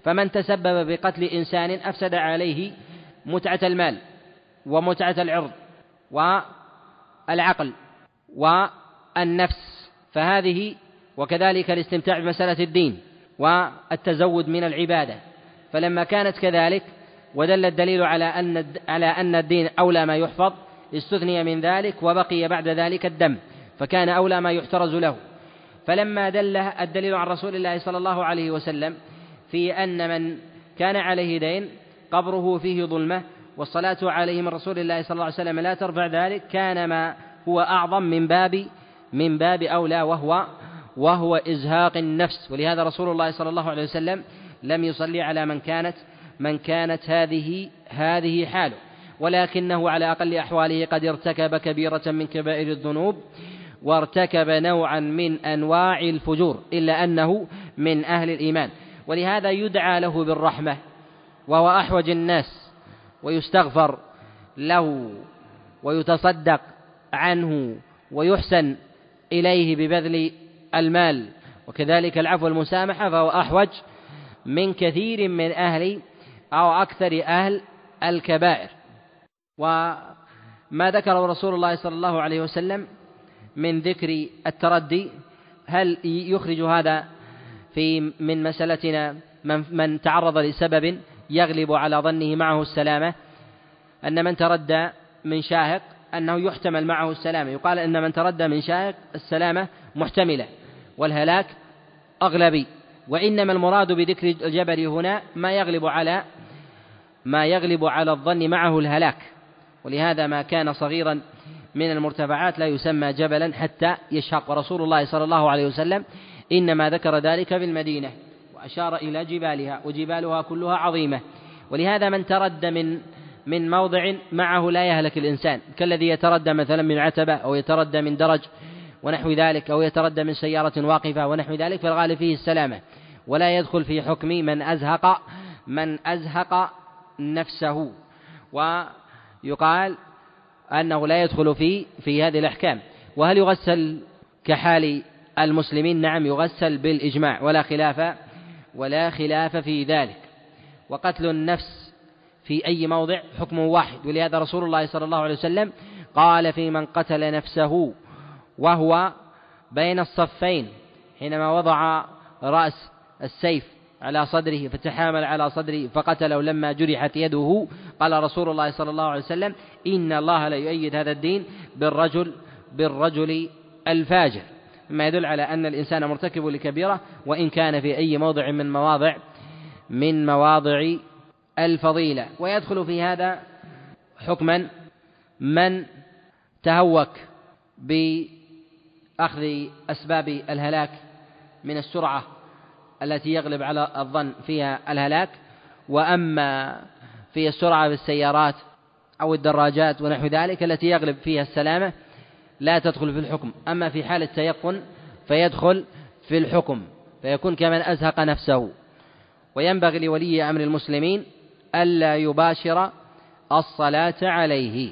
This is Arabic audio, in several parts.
فمن تسبب بقتل إنسان أفسد عليه متعة المال ومتعة العرض والعقل والنفس، فهذه وكذلك الاستمتاع بمسألة الدين والتزود من العبادة. فلما كانت كذلك ودل الدليل على أن الدين أولى ما يحفظ استثني من ذلك، وبقي بعد ذلك الدم فكان أولى ما يحترز له. فلما دل الدليل عن رسول الله صلى الله عليه وسلم في أن من كان عليه دين قبره فيه ظلمة والصلاة عليه من رسول الله صلى الله عليه وسلم لا ترفع ذلك، كان ما هو أعظم من باب أولى وهو إزهاق النفس. ولهذا رسول الله صلى الله عليه وسلم لم يصلي على من كانت هذه حاله، ولكنه على أقل أحواله قد ارتكب كبيرة من كبائر الذنوب وارتكب نوعا من أنواع الفجور، إلا أنه من أهل الإيمان، ولهذا يدعى له بالرحمة وهو أحوج الناس ويستغفر له ويتصدق عنه ويحسن إليه ببذل المال، وكذلك العفو والمسامحة، فهو أحوج من كثير من أهل أو أكثر أهل الكبائر. وما ذكره رسول الله صلى الله عليه وسلم من ذكر التردي، هل يخرج هذا من مسألتنا من تعرض لسبب يغلب على ظنه معه السلامة، أن من تردى من شاهق أنه يحتمل معه السلامة، يقال أن من تردى من شاهق السلامة محتملة والهلاك أغلبي، وإنما المراد بذكر الجبر هنا ما يغلب على الظن معه الهلاك، ولهذا ما كان صغيرا من المرتفعات لا يسمى جبلا حتى يشهق. ورسول الله صلى الله عليه وسلم إنما ذكر ذلك في المدينة وأشار إلى جبالها، وجبالها كلها عظيمة، ولهذا من ترد من موضع معه لا يهلك الإنسان، كالذي يتردى مثلا من عتبة أو يتردى من درج ونحو ذلك، أو يتردى من سيارة واقفة ونحو ذلك، فالغالب فيه السلامة، ولا يدخل في حكم من أزهق نفسه، ويقال أنه لا يدخل في هذه الأحكام. وهل يغسل كحال المسلمين؟ نعم يغسل بالإجماع ولا خلاف في ذلك. وقتل النفس في أي موضع حكم واحد، ولهذا رسول الله صلى الله عليه وسلم قال في من قتل نفسه وهو بين الصفين حينما وضع رأس السيف على صدره فتحامل على صدره فقتله لما جرحت يده، قال رسول الله صلى الله عليه وسلم إن الله لا يؤيد هذا الدين بالرجل الفاجر، مما يدل على أن الإنسان مرتكب لكبيرة وإن كان في أي موضع من مواضع الفضيلة. ويدخل في هذا حكما من تهوك بأخذ أسباب الهلاك من السرعة التي يغلب على الظن فيها الهلاك، وأما في السرعة بالسيارات أو الدراجات ونحو ذلك التي يغلب فيها السلامة لا تدخل في الحكم، أما في حال التيقن فيدخل في الحكم، فيكون كمن أزهق نفسه. وينبغي لولي أمر المسلمين ألا يباشر الصلاة عليه.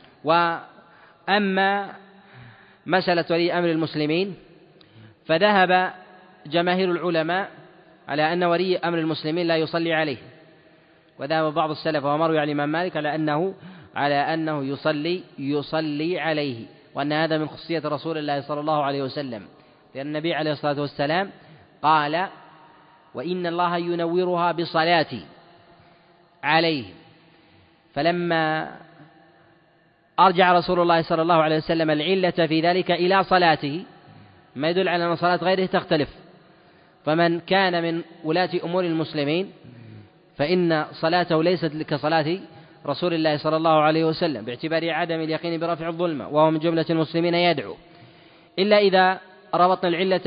وأما مسألة ولي أمر المسلمين فذهب جماهير العلماء على أن ولي أمر المسلمين لا يصلي عليه، وذهب بعض السلف ومروي عن الإمام مالك على أنه يصلي عليه، وأن هذا من خصية رسول الله صلى الله عليه وسلم، لأن النبي عليه الصلاة والسلام قال وإن الله ينورها بصلاتي عليه. فلما أرجع رسول الله صلى الله عليه وسلم العلة في ذلك إلى صلاته ما يدل على أن صلاة غيره تختلف، فمن كان من ولاة أمور المسلمين فإن صلاته ليست كصلاة رسول الله صلى الله عليه وسلم باعتبار عدم اليقين برفع الظلمة، وهو من جملة المسلمين يدعو، إلا إذا ربطنا العلة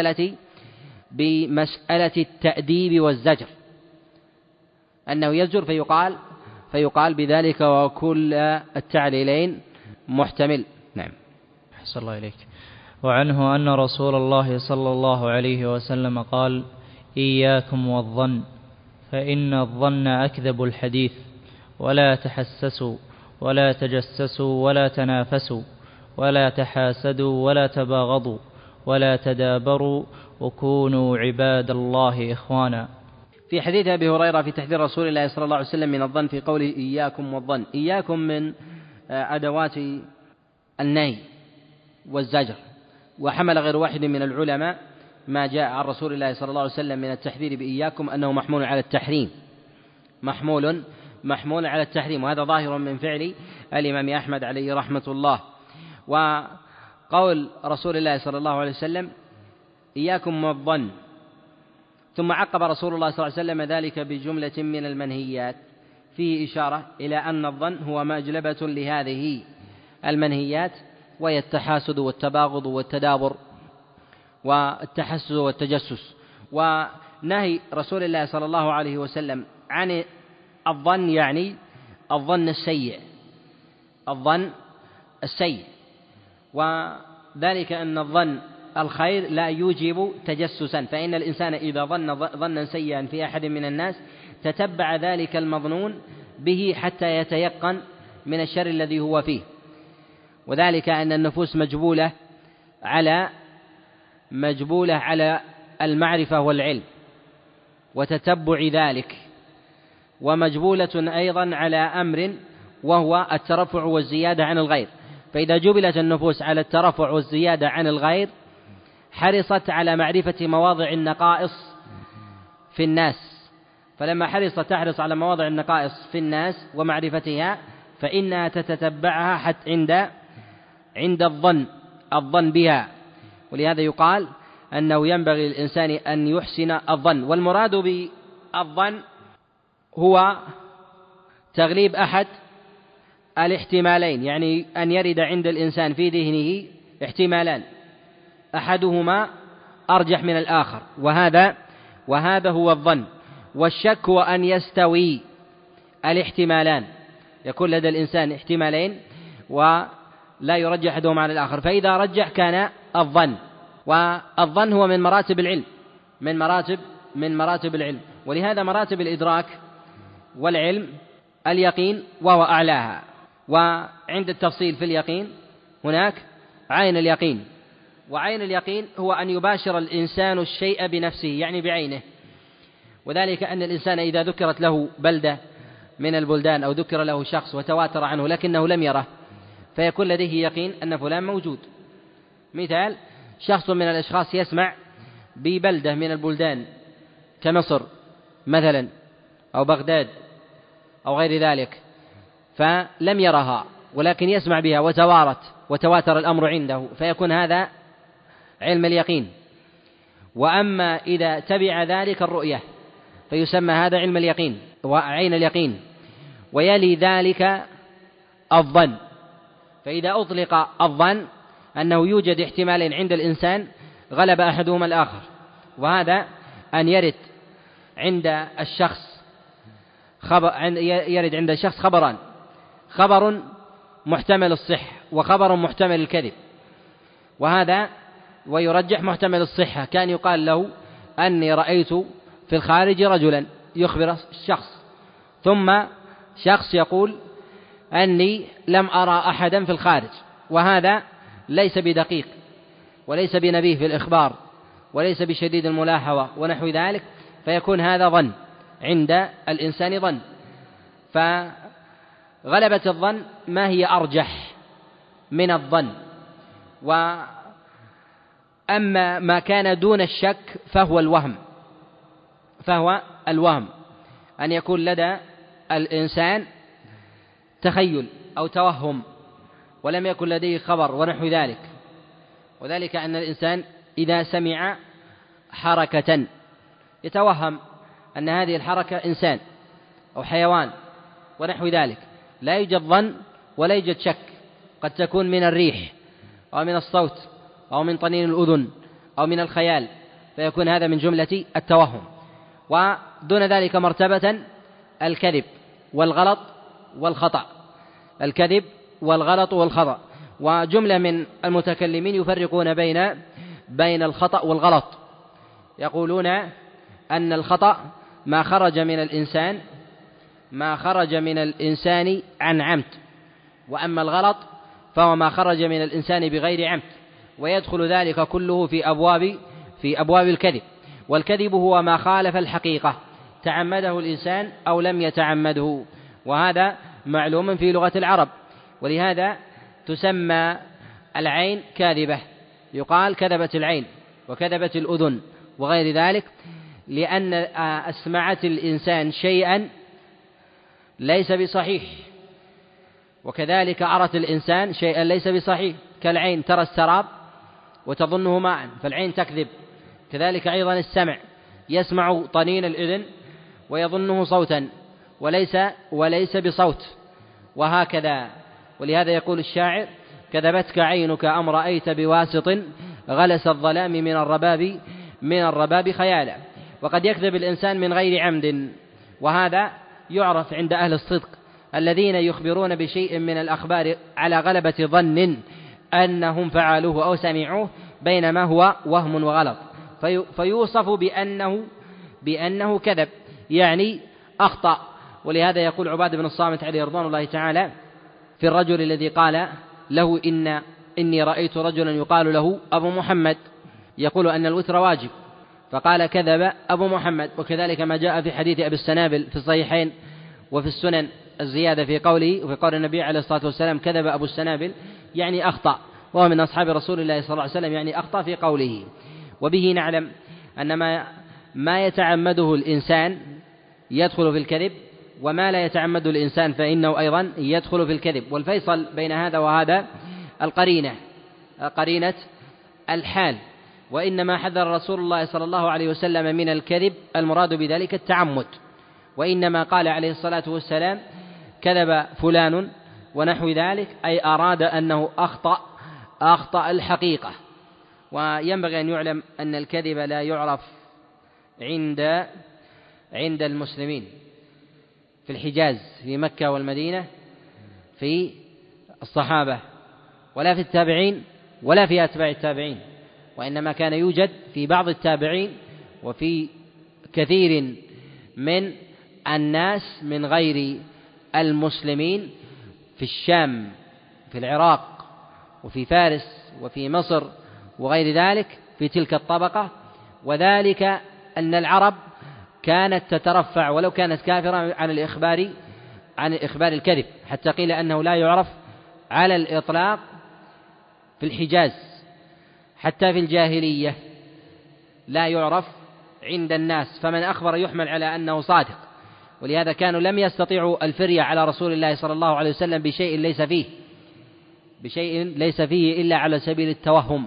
بمسألة التأديب والزجر، أنه يزجر فيقال بذلك وكل التعليلين محتمل. نعم. أحسن الله إليك. وعنه أن رسول الله صلى الله عليه وسلم قال إياكم والظن فإن الظن أكذب الحديث، ولا تحسسوا ولا تجسسوا ولا تنافسوا ولا تحاسدوا ولا تباغضوا ولا تدابروا وكونوا عباد الله إخوانا. في حديث أبي هريرة في تحذير رسول الله صلى الله عليه وسلم من الظن في قوله إياكم والظن. إياكم من أدوات النهي والزجر، وحمل غير واحد من العلماء ما جاء عن رسول الله صلى الله عليه وسلم من التحذير بإياكم أنه محمول على التحريم، محمول على التحريم، وهذا ظاهر من فعل الإمام أحمد عليه رحمة الله. وقول رسول الله صلى الله عليه وسلم إياكم والظن، ثم عقب رسول الله صلى الله عليه وسلم ذلك بجملة من المنهيات، فيه إشارة إلى أن الظن هو مجلبة لهذه المنهيات، وهي التحاسد والتباغض والتدابر والتحسس والتجسس. ونهي رسول الله صلى الله عليه وسلم عن الظن يعني الظن السيء، وذلك أن الظن الخير لا يوجب تجسسا، فإن الإنسان إذا ظن ظنا سيئا في أحد من الناس تتبع ذلك المظنون به حتى يتيقن من الشر الذي هو فيه، وذلك أن النفوس مجبولة على المعرفة والعلم وتتبع ذلك، ومجبولة أيضا على أمر وهو الترفع والزيادة عن الغير. فإذا جبلت النفوس على الترفع والزيادة عن الغير حرصت على معرفة مواضع النقائص في الناس، فلما تحرص على مواضع النقائص في الناس ومعرفتها فإنها تتتبعها حتى عند الظن بها. ولهذا يقال أنه ينبغي للإنسان أن يحسن الظن. والمراد بالظن هو تغليب أحد الاحتمالين، يعني أن يرد عند الإنسان في ذهنه احتمالان أحدهما أرجح من الآخر، وهذا هو الظن. والشك هو أن يستوي الاحتمالان، يكون لدى الإنسان احتمالين ولا يرجح أحدهما على الآخر، فإذا رجح كان الظن. والظن هو من مراتب العلم، ولهذا مراتب الإدراك والعلم اليقين وهو أعلاها. وعند التفصيل في اليقين هناك عين اليقين، وعين اليقين هو أن يباشر الإنسان الشيء بنفسه يعني بعينه، وذلك أن الإنسان إذا ذكرت له بلدة من البلدان أو ذكر له شخص وتواتر عنه لكنه لم يره فيكون لديه يقين أن فلان موجود. مثال شخص من الأشخاص يسمع ببلدة من البلدان كمصر مثلا أو بغداد أو غير ذلك فلم يرها ولكن يسمع بها وتواتر الأمر عنده، فيكون هذا علم اليقين. وأما إذا تبع ذلك الرؤية فيسمى هذا علم اليقين وعين اليقين. ويلي ذلك الظن، فإذا أطلق الظن أنه يوجد احتمالين عند الإنسان غلب أحدهما الآخر، وهذا أن يرد عند الشخص خبران، خبر محتمل الصحة وخبر محتمل الكذب، وهذا ويرجح محتمل الصحة. كان يقال له أني رأيت في الخارج رجلا يخبر الشخص، ثم شخص يقول أني لم أرى أحدا في الخارج، وهذا ليس بدقيق وليس بنبيه في الإخبار وليس بشديد الملاحظة ونحو ذلك، فيكون هذا ظن عند الإنسان ظن. فغلبة الظن ما هي أرجح من الظن. وأما ما كان دون الشك فهو الوهم أن يكون لدى الإنسان تخيل أو توهم ولم يكن لديه خبر ونحو ذلك، وذلك أن الإنسان إذا سمع حركة يتوهم أن هذه الحركة إنسان أو حيوان ونحو ذلك، لا يوجد ظن ولا يوجد شك، قد تكون من الريح أو من الصوت أو من طنين الأذن أو من الخيال، فيكون هذا من جملة التوهم. ودون ذلك مرتبة الكذب والغلط والخطأ، وجملة من المتكلمين يفرقون بين الخطأ والغلط، يقولون أن الخطأ ما خرج من الإنسان عن عمد، وأما الغلط فهو ما خرج من الإنسان بغير عمد، ويدخل ذلك كله في أبواب الكذب. والكذب هو ما خالف الحقيقة تعمده الإنسان أو لم يتعمده، وهذا معلوم في لغة العرب. ولهذا تسمى العين كاذبة، يقال كذبت العين وكذبت الأذن وغير ذلك، لأن أسمعت الإنسان شيئا ليس بصحيح، وكذلك أرت الإنسان شيئا ليس بصحيح، كالعين ترى السراب وتظنه ماء فالعين تكذب. كذلك أيضا السمع، يسمع طنين الأذن ويظنه صوتا وليس بصوت، وهكذا. ولهذا يقول الشاعر: كذبتك عينك أم رأيت بواسط غلس الظلام من الرباب خيالا. وقد يكذب الإنسان من غير عمد، وهذا يعرف عند أهل الصدق الذين يخبرون بشيء من الأخبار على غلبة ظن أنهم فعلوه أو سمعوه بينما هو وهم وغلط، فيوصف بأنه كذب، يعني أخطأ. ولهذا يقول عبادة بن الصامت عليه رضوان الله تعالى في الرجل الذي قال له: إني رأيت رجلا يقال له أبو محمد يقول أن الوتر واجب، فقال: كذب أبو محمد. وكذلك ما جاء في حديث أبي السنابل في الصحيحين وفي السنن الزيادة في قوله وفي قول النبي عليه الصلاة والسلام: كذب أبو السنابل، يعني أخطأ، وهو من أصحاب رسول الله صلى الله عليه وسلم، يعني أخطأ في قوله. وبه نعلم أن ما يتعمده الإنسان يدخل في الكذب، وما لا يتعمده الإنسان فإنه أيضا يدخل في الكذب. والفيصل بين هذا وهذا قرينة الحال. وإنما حذر رسول الله صلى الله عليه وسلم من الكذب المراد بذلك التعمد، وإنما قال عليه الصلاة والسلام: كذب فلان ونحو ذلك، أي أراد أنه أخطأ الحقيقة. وينبغي أن يعلم أن الكذب لا يعرف عند المسلمين في الحجاز في مكة والمدينة في الصحابة ولا في التابعين ولا في أتباع التابعين، وإنما كان يوجد في بعض التابعين وفي كثير من الناس من غير المسلمين في الشام، في العراق، وفي فارس، وفي مصر وغير ذلك في تلك الطبقة. وذلك أن العرب كانت تترفع ولو كانت كافرة عن الإخبار الكذب، حتى قيل أنه لا يعرف على الإطلاق في الحجاز، حتى في الجاهلية لا يعرف عند الناس، فمن أخبر يحمل على أنه صادق. ولهذا كانوا لم يستطيعوا الفرية على رسول الله صلى الله عليه وسلم بشيء ليس فيه إلا على سبيل التوهم،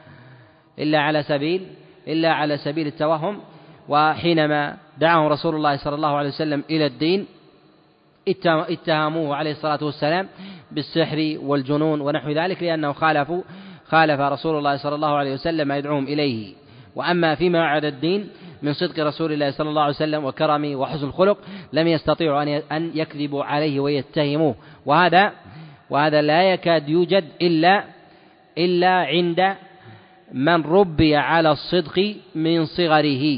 إلا على سبيل التوهم. وحينما دعاهم رسول الله صلى الله عليه وسلم إلى الدين اتهموه عليه الصلاة والسلام بالسحر والجنون ونحو ذلك، لأنه خالف رسول الله صلى الله عليه وسلم ما يدعوهم إليه. وأما فيما عدا الدين من صدق رسول الله صلى الله عليه وسلم وكرمه وحسن الخلق لم يستطيعوا أن يكذبوا عليه ويتهموه. وهذا لا يكاد يوجد إلا عند من ربي على الصدق من صغره.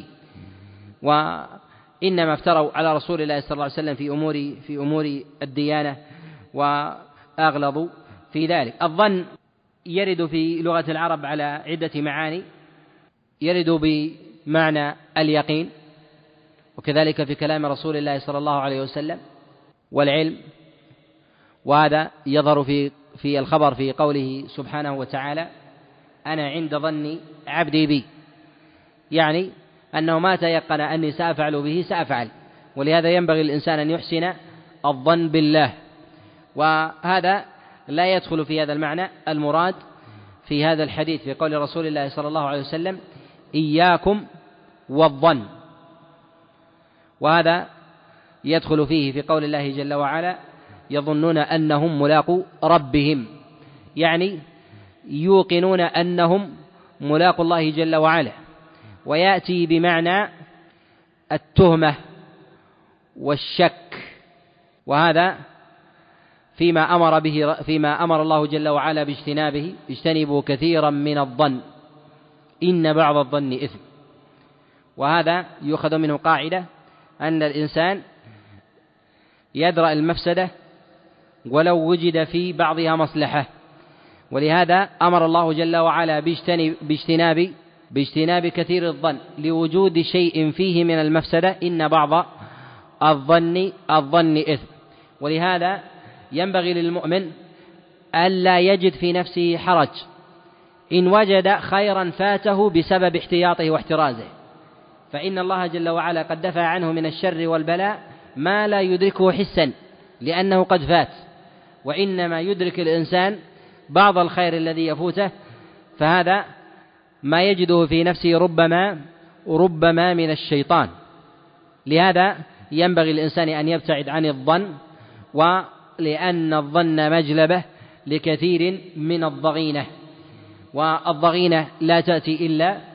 وإنما افتروا على رسول الله صلى الله عليه وسلم في أمور الديانة وأغلظوا في ذلك. الظن يرد في لغة العرب على عدة معاني، يرد بمعنى اليقين، وكذلك في كلام رسول الله صلى الله عليه وسلم، والعلم، وهذا يظهر في الخبر في قوله سبحانه وتعالى: أنا عند ظن عبدي بي، يعني أنه ما تيقن أني سأفعل به سأفعل. ولهذا ينبغي الإنسان أن يحسن الظن بالله، وهذا لا يدخل في هذا المعنى المراد في هذا الحديث في قول رسول الله صلى الله عليه وسلم: إياكم والظن، وهذا يدخل فيه في قول الله جل وعلا: يظنون أنهم ملاقو ربهم، يعني يوقنون أنهم ملاقو الله جل وعلا. ويأتي بمعنى التهمة والشك، وهذا فيما أمر الله جل وعلا باجتنابه: اجتنبوا كثيرا من الظن إن بعض الظن إثم. وهذا يؤخذ منه قاعدة أن الإنسان يدرأ المفسدة ولو وجد في بعضها مصلحة، ولهذا أمر الله جل وعلا باجتناب كثير الظن لوجود شيء فيه من المفسدة إن بعض الظن إثم. ولهذا ينبغي للمؤمن ألا يجد في نفسه حرج إن وجد خيرا فاته بسبب احتياطه واحترازه، فإن الله جل وعلا قد دفع عنه من الشر والبلاء ما لا يدركه حسا لأنه قد فات، وإنما يدرك الإنسان بعض الخير الذي يفوته، فهذا ما يجده في نفسه ربما من الشيطان. لهذا ينبغي الإنسان أن يبتعد عن الظن، ولأن الظن مجلبة لكثير من الضغينة، والضغينة لا تأتي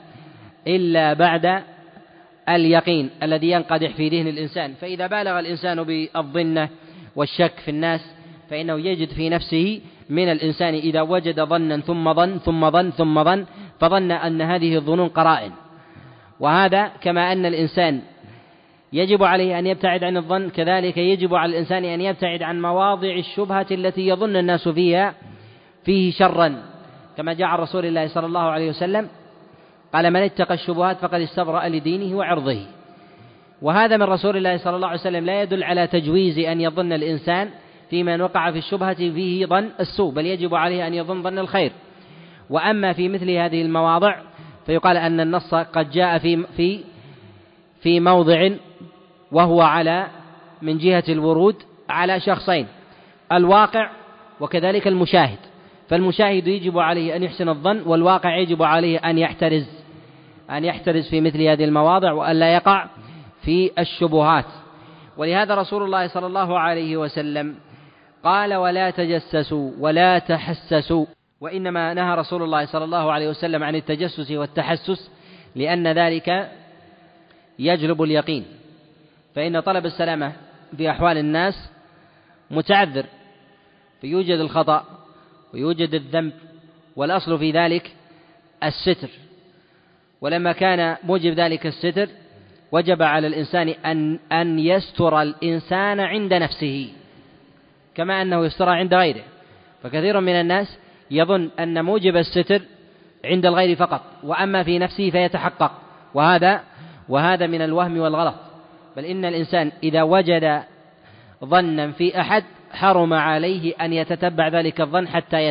إلا بعد اليقين الذي ينقدح في ذهن الإنسان. فإذا بالغ الإنسان بالظنة والشك في الناس فإنه يجد في نفسه من الإنسان إذا وجد ظنا ثم ظن فظن أن هذه الظنون قرائن. وهذا كما أن الإنسان يجب عليه أن يبتعد عن الظن، كذلك يجب على الإنسان أن يبتعد عن مواضع الشبهة التي يظن الناس فيه شرا، كما جاء عن رسول الله صلى الله عليه وسلم قال: من اتقى الشبهات فقد استبرأ لدينه وعرضه. وهذا من رسول الله صلى الله عليه وسلم لا يدل على تجويز أن يظن الإنسان فيما وقع في الشبهة فيه ظن السوء، بل يجب عليه أن يظن ظن الخير. وأما في مثل هذه المواضع فيقال أن النص قد جاء في موضع وهو على من جهة الورود على شخصين: الواقع وكذلك المشاهد. فالمشاهد يجب عليه أن يحسن الظن، والواقع يجب عليه أن يحترز في مثل هذه المواضع وأن لا يقع في الشبهات. ولهذا رسول الله صلى الله عليه وسلم قال: ولا تجسسوا ولا تحسسوا. وإنما نهى رسول الله صلى الله عليه وسلم عن التجسس والتحسس لأن ذلك يجلب اليقين، فإن طلب السلامة في أحوال الناس متعذر، فيوجد الخطأ ويوجد الذنب، والأصل في ذلك الستر. ولما كان موجب ذلك الستر وجب على الإنسان أن يستر الإنسان عند نفسه كما أنه يستر عند غيره. فكثير من الناس يظن أن موجب الستر عند الغير فقط، وأما في نفسه فيتحقق، وهذا من الوهم والغلط. بل إن الإنسان إذا وجد ظنا في أحد حرم عليه أن يتتبع ذلك الظن حتى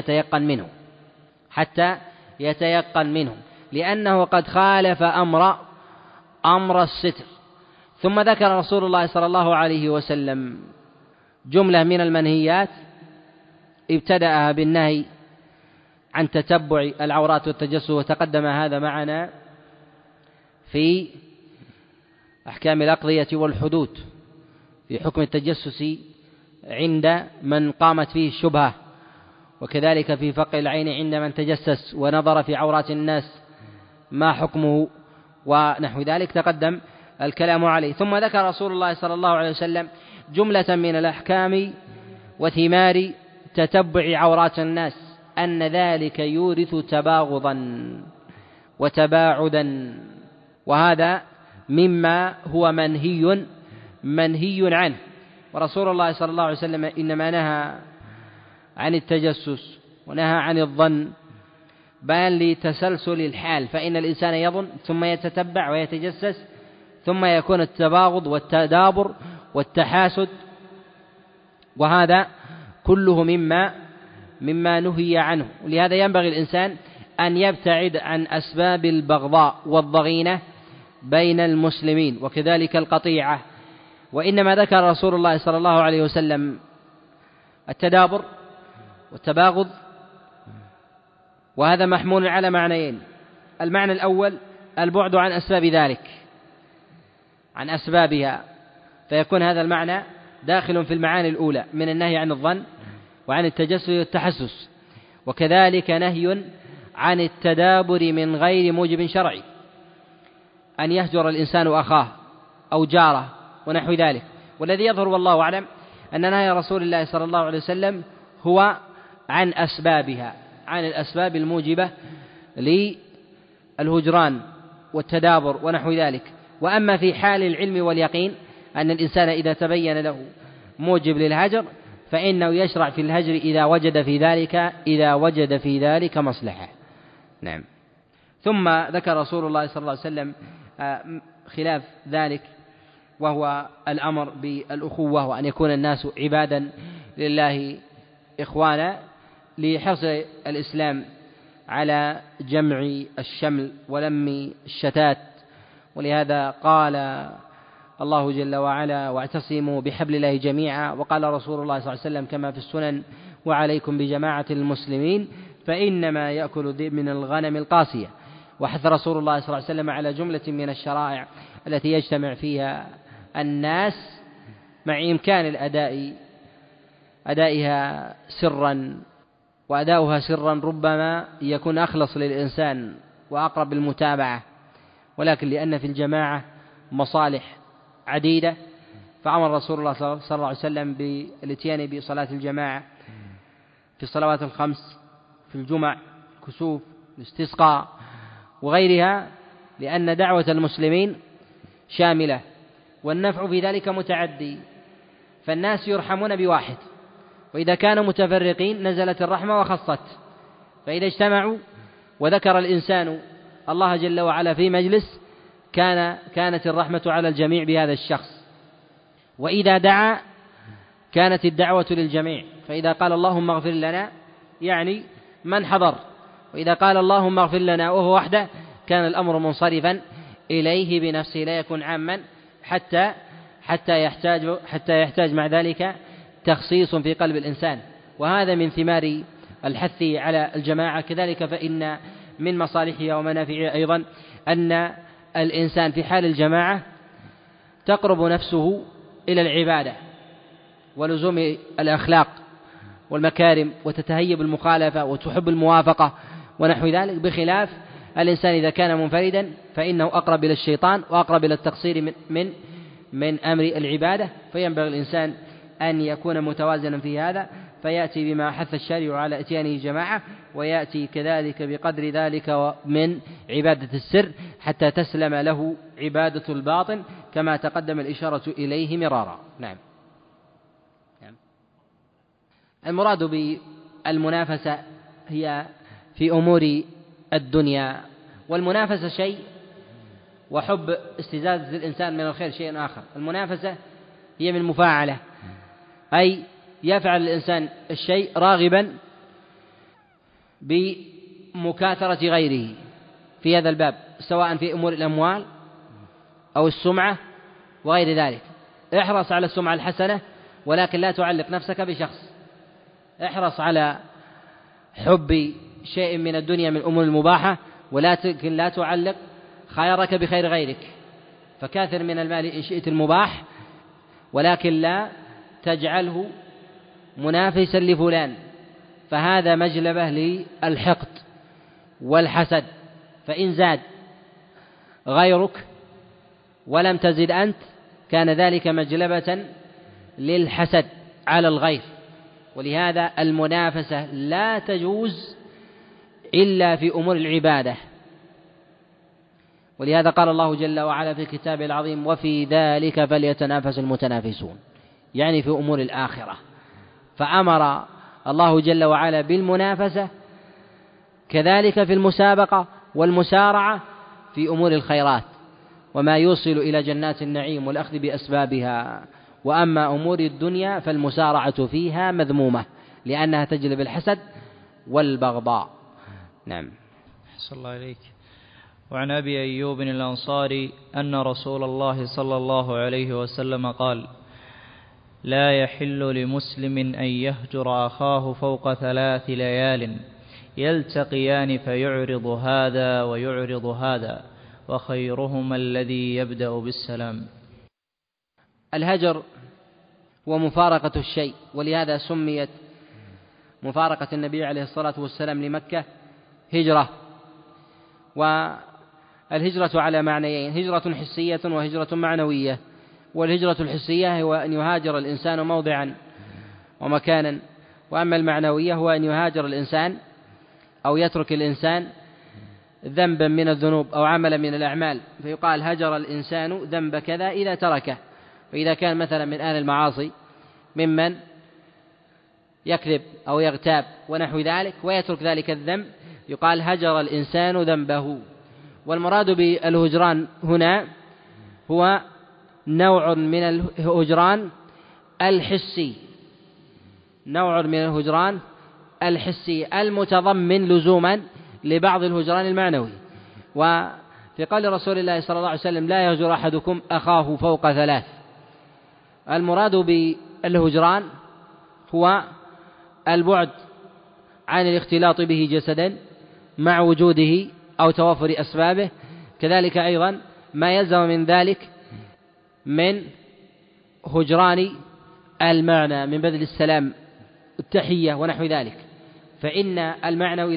يتيقن منه لأنه قد خالف أمر الستر. ثم ذكر رسول الله صلى الله عليه وسلم جملة من المنهيات ابتدأها بالنهي عن تتبع العورات والتجسس، وتقدم هذا معنا في أحكام الأقضية والحدود في حكم التجسس عند من قامت فيه الشبهة، وكذلك في فق العين عند من تجسس ونظر في عورات الناس ما حكمه ونحو ذلك تقدم الكلام عليه. ثم ذكر رسول الله صلى الله عليه وسلم جملة من الأحكام وثمار تتبع عورات الناس أن ذلك يورث تباغضا وتباعدا، وهذا مما هو منهي عنه. ورسول الله صلى الله عليه وسلم إنما نهى عن التجسس ونهى عن الظن بيان لتسلسل الحال، فإن الإنسان يظن ثم يتتبع ويتجسس ثم يكون التباغض والتدابر والتحاسد، وهذا كله مما نهي عنه. ولهذا ينبغي الإنسان أن يبتعد عن أسباب البغضاء والضغينة بين المسلمين وكذلك القطيعة. وإنما ذكر رسول الله صلى الله عليه وسلم التدابر والتباغض، وهذا محمول على معنيين: المعنى الأول البعد عن أسباب ذلك، عن أسبابها، فيكون هذا المعنى داخل في المعاني الأولى من النهي عن الظن وعن التجسس والتحسس، وكذلك نهي عن التدابر من غير موجب شرعي، أن يهجر الإنسان أخاه أو جاره ونحو ذلك. والذي يظهر والله أعلم أن نهي رسول الله صلى الله عليه وسلم هو عن أسبابها، عن الأسباب الموجبة للهجران والتدابر ونحو ذلك. وأما في حال العلم واليقين أن الإنسان إذا تبين له موجب للهجر فإنه يشرع في الهجر إذا وجد في ذلك مصلحة. نعم. ثم ذكر رسول الله صلى الله عليه وسلم خلاف ذلك، وهو الأمر بالأخوة وأن يكون الناس عبادا لله إخوانا، لحرص الإسلام على جمع الشمل ولم الشتات. ولهذا قال الله جل وعلا: واعتصموا بحبل الله جميعا. وقال رسول الله صلى الله عليه وسلم كما في السنن: وعليكم بجماعة المسلمين فإنما يأكل الذئب من الغنم القاسية. وحث رسول الله صلى الله عليه وسلم على جملة من الشرائع التي يجتمع فيها الناس مع إمكان أدائها سرا، وأداؤها سرا ربما يكون أخلص للإنسان وأقرب المتابعة، ولكن لأن في الجماعة مصالح عديدة فأمر رسول الله صلى الله عليه وسلم بالاتيان بصلاة الجماعة في الصلوات الخمس، في الجمع، الكسوف، الاستسقاء وغيرها، لأن دعوة المسلمين شاملة والنفع في ذلك متعدي، فالناس يرحمون بواحد، وإذا كانوا متفرقين نزلت الرحمة وخصت. فإذا اجتمعوا وذكر الإنسان الله جل وعلا في مجلس كانت الرحمة على الجميع بهذا الشخص، وإذا دعا كانت الدعوة للجميع. فإذا قال اللهم اغفر لنا يعني من حضر، وإذا قال اللهم اغفر لنا وهو وحده كان الأمر منصرفا إليه بنفسه، لا يكون عاما حتى يحتاج مع ذلك تخصيص في قلب الإنسان. وهذا من ثمار الحث على الجماعة. كذلك فإن من مصالحها ومنافعها أيضا أن الإنسان في حال الجماعة تقرب نفسه إلى العبادة ولزوم الأخلاق والمكارم، وتتهيب المخالفة وتحب الموافقة ونحو ذلك، بخلاف الإنسان إذا كان منفردا فإنه أقرب إلى الشيطان وأقرب إلى التقصير من أمر العبادة. فينبغي الإنسان أن يكون متوازنا في هذا، فيأتي بما حث الشارع على إتيانه جماعة، ويأتي كذلك بقدر ذلك من عبادة السر حتى تسلم له عبادة الباطن، كما تقدم الإشارة إليه مرارا. نعم. المراد بالمنافسة هي في أمور الدنيا، والمنافسة شيء وحب استزادة الإنسان من الخير شيء آخر. المنافسة هي من مفاعلة، أي يفعل الإنسان الشيء راغبا بمكاثرة غيره في هذا الباب، سواء في أمور الأموال أو السمعة وغير ذلك. احرص على السمعة الحسنة، ولكن لا تعلق نفسك بشخص. احرص على حب شيء من الدنيا من الأمور المباحة، ولكن لا تعلق خيرك بخير غيرك. فكاثر من المال إن شئت المباح، ولكن لا تجعله منافسا لفلان، فهذا مجلبة للحقد والحسد. فإن زاد غيرك ولم تزد أنت كان ذلك مجلبة للحسد على الغير. ولهذا المنافسة لا تجوز إلا في أمور العبادة. ولهذا قال الله جل وعلا في كتابه العظيم: وفي ذلك فليتنافس المتنافسون، يعني في أمور الآخرة. فأمر الله جل وعلا بالمنافسة، كذلك في المسابقة والمسارعة في أمور الخيرات وما يوصل إلى جنات النعيم والأخذ بأسبابها. وأما أمور الدنيا فالمسارعة فيها مذمومة، لأنها تجلب الحسد والبغضاء. نعم. أحسن الله إليك. وعن أبي أيوب الأنصاري أن رسول الله صلى الله عليه وسلم قال: لا يحل لمسلم أن يهجر أخاه فوق 3 ليال يلتقيان فيعرض هذا ويعرض هذا، وخيرهما الذي يبدأ بالسلام. الهجر هو مفارقة الشيء، ولهذا سميت مفارقة النبي عليه الصلاة والسلام لمكة هجرة. والهجرة على معنيين: هجرة حسية وهجرة معنوية. والهجرة الحسية هو أن يهاجر الإنسان موضعا ومكانا، وأما المعنوية هو أن يهاجر الإنسان أو يترك الإنسان ذنبا من الذنوب أو عملا من الأعمال، فيقال هجر الإنسان ذنب كذا إذا تركه. فإذا كان مثلا من أهل المعاصي ممن يكذب أو يغتاب ونحو ذلك ويترك ذلك الذنب يقال هجر الإنسان ذنبه. والمراد بالهجران هنا هو نوع من الهجران الحسي، نوع من الهجران الحسي المتضمن لزوما لبعض الهجران المعنوي. وفي قول رسول الله صلى الله عليه وسلم لا يهجر أحدكم أخاه فوق 3، المراد بالهجران هو البعد عن الاختلاط به جسدا مع وجوده أو توفر أسبابه، كذلك أيضا ما يلزم من ذلك من هجران المعنى من بذل السلام التحية ونحو ذلك، فإن المعنوي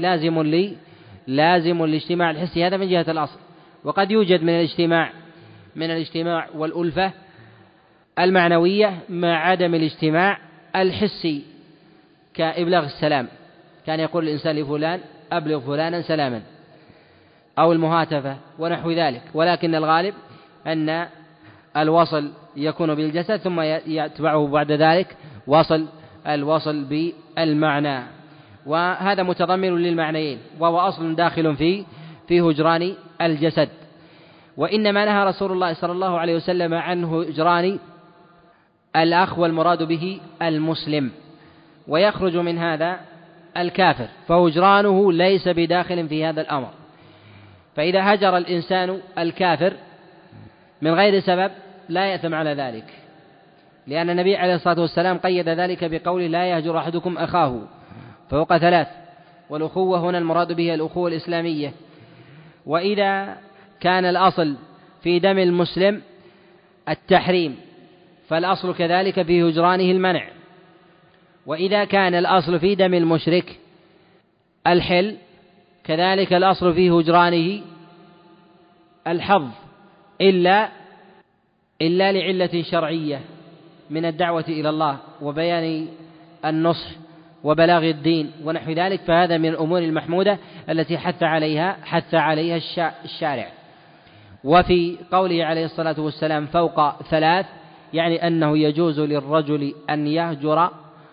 لازم الاجتماع الحسي، هذا من جهة الأصل. وقد يوجد من الاجتماع والألفة المعنوية مع عدم الاجتماع الحسي، كإبلاغ السلام، كان يقول الإنسان لفلان أبلغ فلانا سلاما، أو المهاتفة ونحو ذلك، ولكن الغالب أن الوصل يكون بالجسد ثم يتبعه بعد ذلك الوصل بالمعنى، وهذا متضمن للمعنيين، وهو أصل داخل في هجران الجسد. وإنما نهى رسول الله صلى الله عليه وسلم عن هجران الأخ، والمراد به المسلم، ويخرج من هذا الكافر، فهجرانه ليس بداخل في هذا الأمر. فإذا هجر الإنسان الكافر من غير سبب لا يأثم على ذلك، لأن النبي عليه الصلاة والسلام قيد ذلك بقوله لا يهجر أحدكم أخاه فوق 3، والأخوة هنا المراد بها الأخوة الإسلامية. وإذا كان الأصل في دم المسلم التحريم فالأصل كذلك في هجرانه المنع، وإذا كان الأصل في دم المشرك الحل كذلك الأصل في هجرانه الحظ، إلا لعلة شرعية من الدعوة إلى الله وبيان النصح وبلاغ الدين ونحو ذلك، فهذا من الأمور المحمودة التي حث عليها الشارع. وفي قوله عليه الصلاة والسلام فوق 3 يعني أنه يجوز للرجل أن يهجر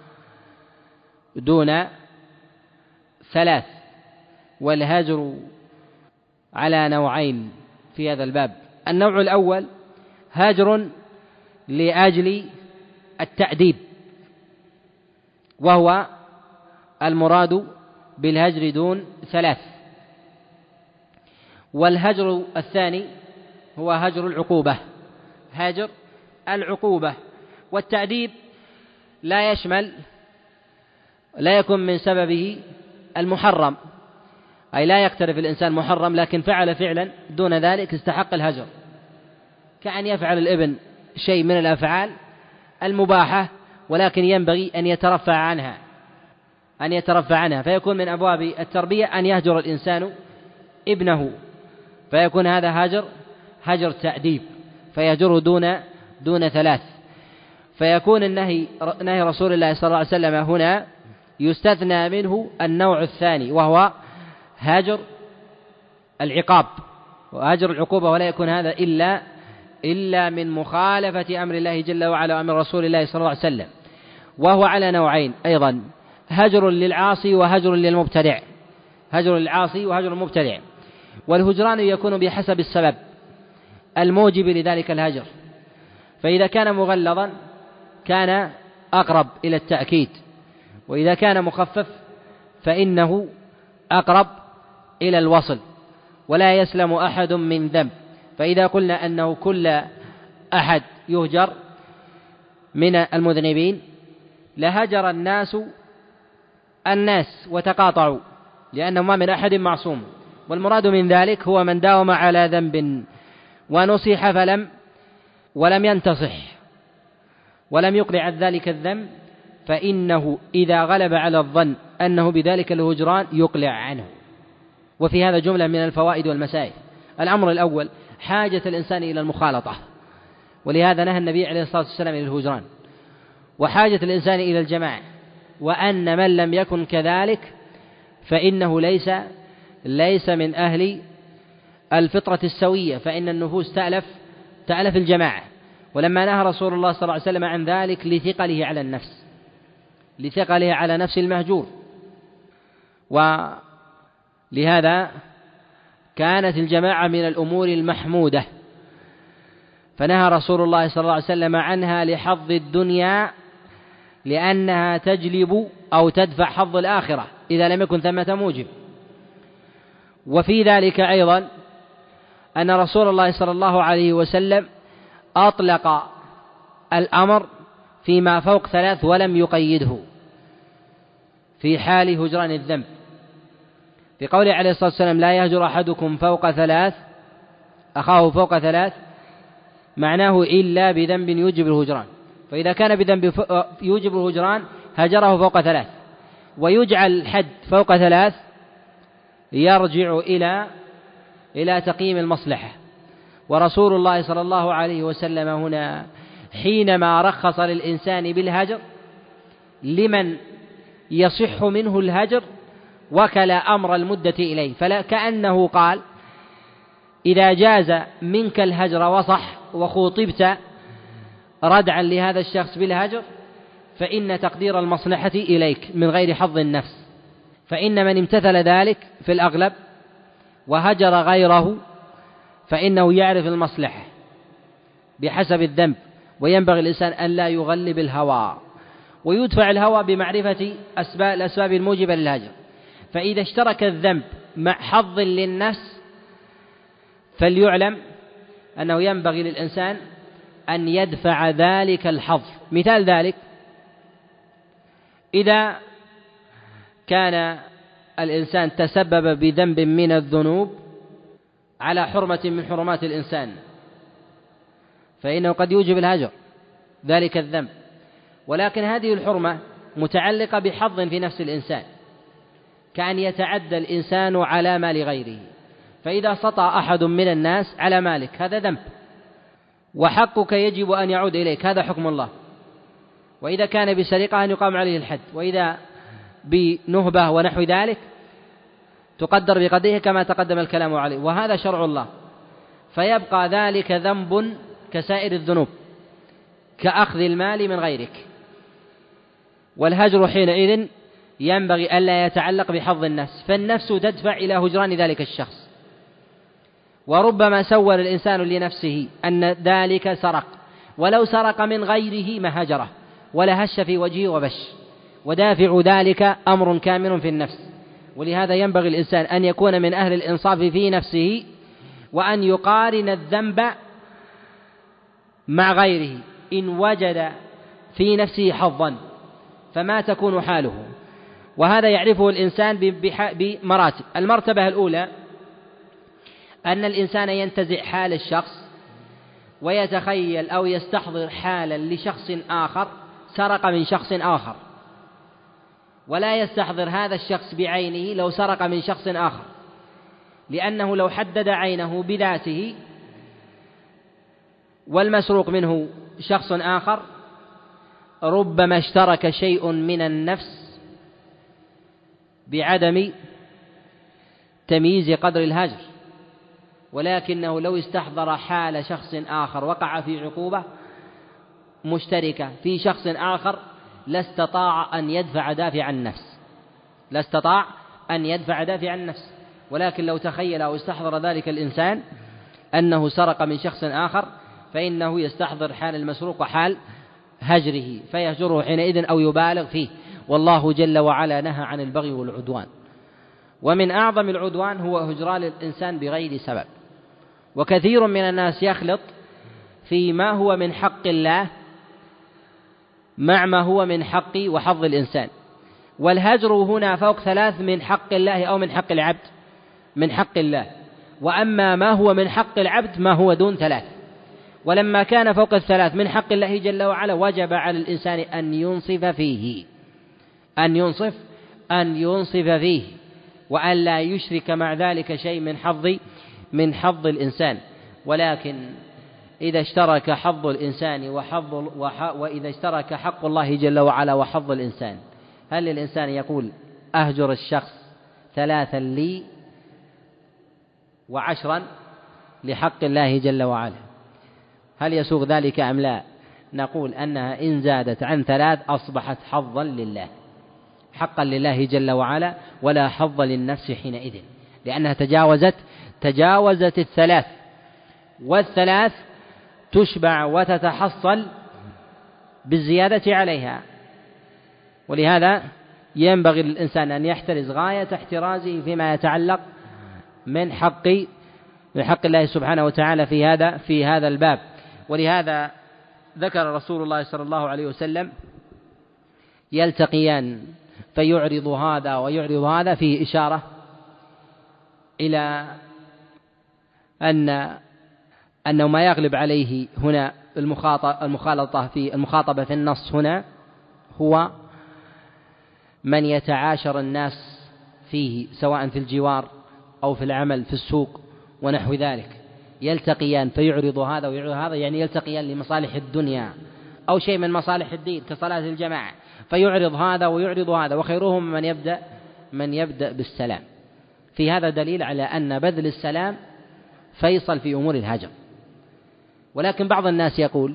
دون 3، والهجر على نوعين في هذا الباب. النوع الأول هاجر لأجل التأديب، وهو المراد بالهجر دون 3. والهجر الثاني هو هجر العقوبة، والتأديب لا يكون من سببه المحرم، أي لا يقترف الإنسان محرم لكن فعل فعلا دون ذلك استحق الهجر، كأن يفعل الابن شيء من الأفعال المباحة ولكن ينبغي أن يترفع عنها، فيكون من أبواب التربية أن يهجر الإنسان ابنه، فيكون هذا هجر تأديب، فيهجره دون 3. فيكون النهي رسول الله صلى الله عليه وسلم هنا يستثنى منه النوع الثاني، وهو هاجر العقاب وهاجر العقوبة، ولا يكون هذا إلا من مخالفة أمر الله جل وعلا وأمر رسول الله صلى الله عليه وسلم، وهو على نوعين أيضا، هجر للعاصي وهجر للمبتدع، والهجران يكون بحسب السبب الموجب لذلك الهجر، فإذا كان مغلظا كان أقرب إلى التأكيد، وإذا كان مخفف فإنه أقرب إلى الوصل، ولا يسلم أحد من ذنب. فإذا قلنا أنه كل أحد يهجر من المذنبين لهجر الناس وتقاطعوا، لأنه ما من أحد معصوم، والمراد من ذلك هو من داوم على ذنب ونصح ولم ينتصح ولم يقلع عن ذلك الذنب، فإنه إذا غلب على الظن أنه بذلك الهجران يقلع عنه. وفي هذا جملة من الفوائد والمسائل. الأمر الأول حاجة الإنسان إلى المخالطة، ولهذا نهى النبي عليه الصلاة والسلام إلى الهجران، وحاجة الإنسان إلى الجماعة، وأن من لم يكن كذلك فإنه ليس من أهل الفطرة السوية، فإن النفوس تألف الجماعة. ولما نهى رسول الله صلى الله عليه وسلم عن ذلك لثقله على النفس، لثقله على نفس المهجور. ولهذا كانت الجماعة من الأمور المحمودة، فنهى رسول الله صلى الله عليه وسلم عنها لحظ الدنيا لأنها تجلب أو تدفع حظ الآخرة إذا لم يكن ثمة موجب. وفي ذلك أيضا أن رسول الله صلى الله عليه وسلم أطلق الأمر فيما فوق 3 ولم يقيده في حال هجران الذنب، في قوله عليه الصلاة والسلام: لا يهجر أحدكم فوق 3 أخاه فوق 3، معناه إلا بذنب يوجب الهجران. فإذا كان بذنب يوجب الهجران هجره فوق 3، ويجعل الحد فوق 3 يرجع إلى تقييم المصلحة. ورسول الله صلى الله عليه وسلم هنا حينما رخص للإنسان بالهجر لمن يصح منه الهجر وكل أمر المدة إليه، فكأنه قال: إذا جاز منك الهجر وصح وخوطبت ردعا لهذا الشخص بالهجر فإن تقدير المصلحة إليك من غير حظ النفس. فإن من امتثل ذلك في الأغلب وهجر غيره فإنه يعرف المصلحة بحسب الذنب، وينبغي الإنسان أن لا يغلب الهوى، ويدفع الهوى بمعرفة الأسباب الموجبة للهجر. فإذا اشترك الذنب مع حظ للنفس فليعلم أنه ينبغي للإنسان أن يدفع ذلك الحظ. مثال ذلك: إذا كان الإنسان تسبب بذنب من الذنوب على حرمة من حرمات الإنسان فإنه قد يوجب الهجر ذلك الذنب، ولكن هذه الحرمة متعلقة بحظ في نفس الإنسان، كأن يتعدى الإنسان على مال غيره، فإذا سطى أحد من الناس على مالك هذا ذنب وحقك يجب أن يعود إليك، هذا حكم الله. وإذا كان بسرقة أن يقام عليه الحد، وإذا بنهبة ونحو ذلك تقدر بقدره كما تقدم الكلام عليه، وهذا شرع الله. فيبقى ذلك ذنب كسائر الذنوب كأخذ المال من غيرك. والهجر حينئذ ينبغي ألا يتعلق بحظ النفس، فالنفس تدفع إلى هجران ذلك الشخص. وربما سول الإنسان لنفسه أن ذلك سرق، ولو سرق من غيره ما هجره ولا هش في وجهه وبش، ودافع ذلك أمر كامن في النفس. ولهذا ينبغي الإنسان أن يكون من أهل الإنصاف في نفسه، وأن يقارن الذنب مع غيره إن وجد في نفسه حظا فما تكون حاله. وهذا يعرفه الإنسان بمراتب. المرتبة الأولى أن الإنسان ينتزع حال الشخص ويتخيل أو يستحضر حالا لشخص آخر سرق من شخص آخر، ولا يستحضر هذا الشخص بعينه لو سرق من شخص آخر، لأنه لو حدد عينه بذاته والمسروق منه شخص آخر ربما اشترك شيء من النفس بعدم تمييز قدر الهجر، ولكنه لو استحضر حال شخص آخر وقع في عقوبة مشتركة في شخص آخر لاستطاع أن يدفع دافع النفس. ولكن لو تخيل أو استحضر ذلك الإنسان أنه سرق من شخص آخر فإنه يستحضر حال المسروق وحال هجره فيهجره حينئذ أو يبالغ فيه. والله جل وعلا نهى عن البغي والعدوان، ومن أعظم العدوان هو هجران الإنسان بغير سبب. وكثير من الناس يخلط فيما هو من حق الله مع ما هو من حق وحظ الإنسان. والهجر هنا فوق 3 من حق الله أو من حق العبد، من حق الله. وأما ما هو من حق العبد ما هو دون 3. ولما كان فوق 3 من حق الله جل وعلا وجب على الإنسان أن ينصف فيه وأن لا يشرك مع ذلك شيء من حظ الإنسان. ولكن إذا اشترك حظ الإنسان وإذا اشترك حق الله جل وعلا وحظ الإنسان، هل الإنسان يقول أهجر الشخص 3 لي و10 لحق الله جل وعلا؟ هل يسوغ ذلك أم لا؟ نقول أنها إن زادت عن 3 أصبحت حظا لله، حقا لله جل وعلا، ولا حظ للنفس حينئذ، لأنها تجاوزت 3، وال3 تشبع وتتحصل بالزيادة عليها. ولهذا ينبغي للإنسان أن يحترز غاية احترازه فيما يتعلق من حق الله سبحانه وتعالى في هذا الباب. ولهذا ذكر رسول الله صلى الله عليه وسلم يلتقيان فيعرض هذا ويعرض هذا، فيه إشارة إلى أنه ما يغلب عليه هنا المخاطبة في النص هنا هو من يتعاشر الناس فيه، سواء في الجوار أو في العمل في السوق ونحو ذلك. يلتقيان فيعرض هذا ويعرض هذا، يعني يلتقيان لمصالح الدنيا أو شيء من مصالح الدين كصلاة الجماعة، فيعرض هذا ويعرض هذا، وخيرهم من يبدأ بالسلام. في هذا دليل على أن بذل السلام فيصل في أمور الهجر. ولكن بعض الناس يقول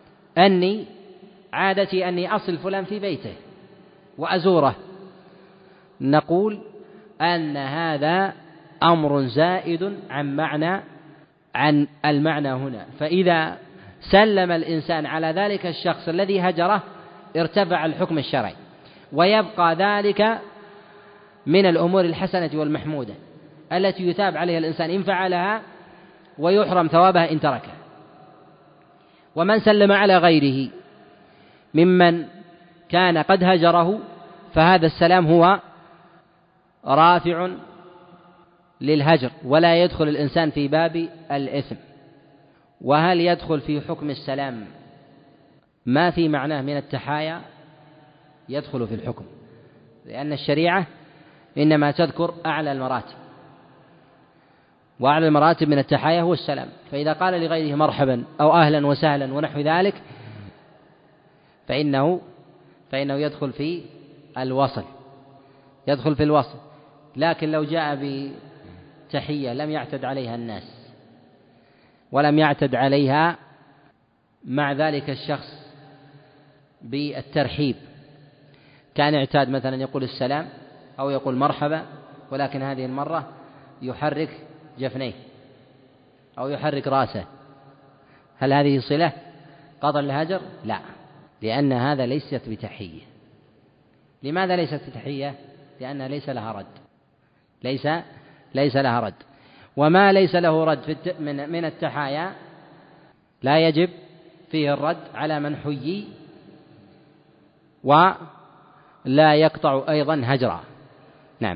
عادتي أني أصل فلان في بيته وأزوره، نقول أن هذا أمر زائد عن المعنى هنا. فإذا سلم الإنسان على ذلك الشخص الذي هجره ارتفع الحكم الشرعي، ويبقى ذلك من الأمور الحسنة والمحمودة التي يثاب عليها الإنسان إن فعلها، ويحرم ثوابها إن تركها. ومن سلم على غيره ممن كان قد هجره فهذا السلام هو رافع للهجر، ولا يدخل الإنسان في باب الإثم. وهل يدخل في حكم السلام ما في معناه من التحايا؟ يدخل في الحكم، لأن الشريعة إنما تذكر أعلى المراتب، وأعلى المراتب من التحايا هو السلام. فإذا قال لغيره مرحبا أو أهلا وسهلا ونحو ذلك فإنه يدخل في الوصل. لكن لو جاء بتحية لم يعتد عليها الناس ولم يعتد عليها مع ذلك الشخص بالترحيب، كان اعتاد مثلا يقول السلام أو يقول مرحبا، ولكن هذه المرة يحرك جفنيه أو يحرك رأسه، هل هذه صلة قضى الهجر؟ لا، لأن هذا ليست بتحية. لماذا ليست بتحية؟ لأنها ليس لها رد، وما ليس له رد من التحايا لا يجب فيه الرد على من حيي، ولا يقطع أيضا هجرا. نعم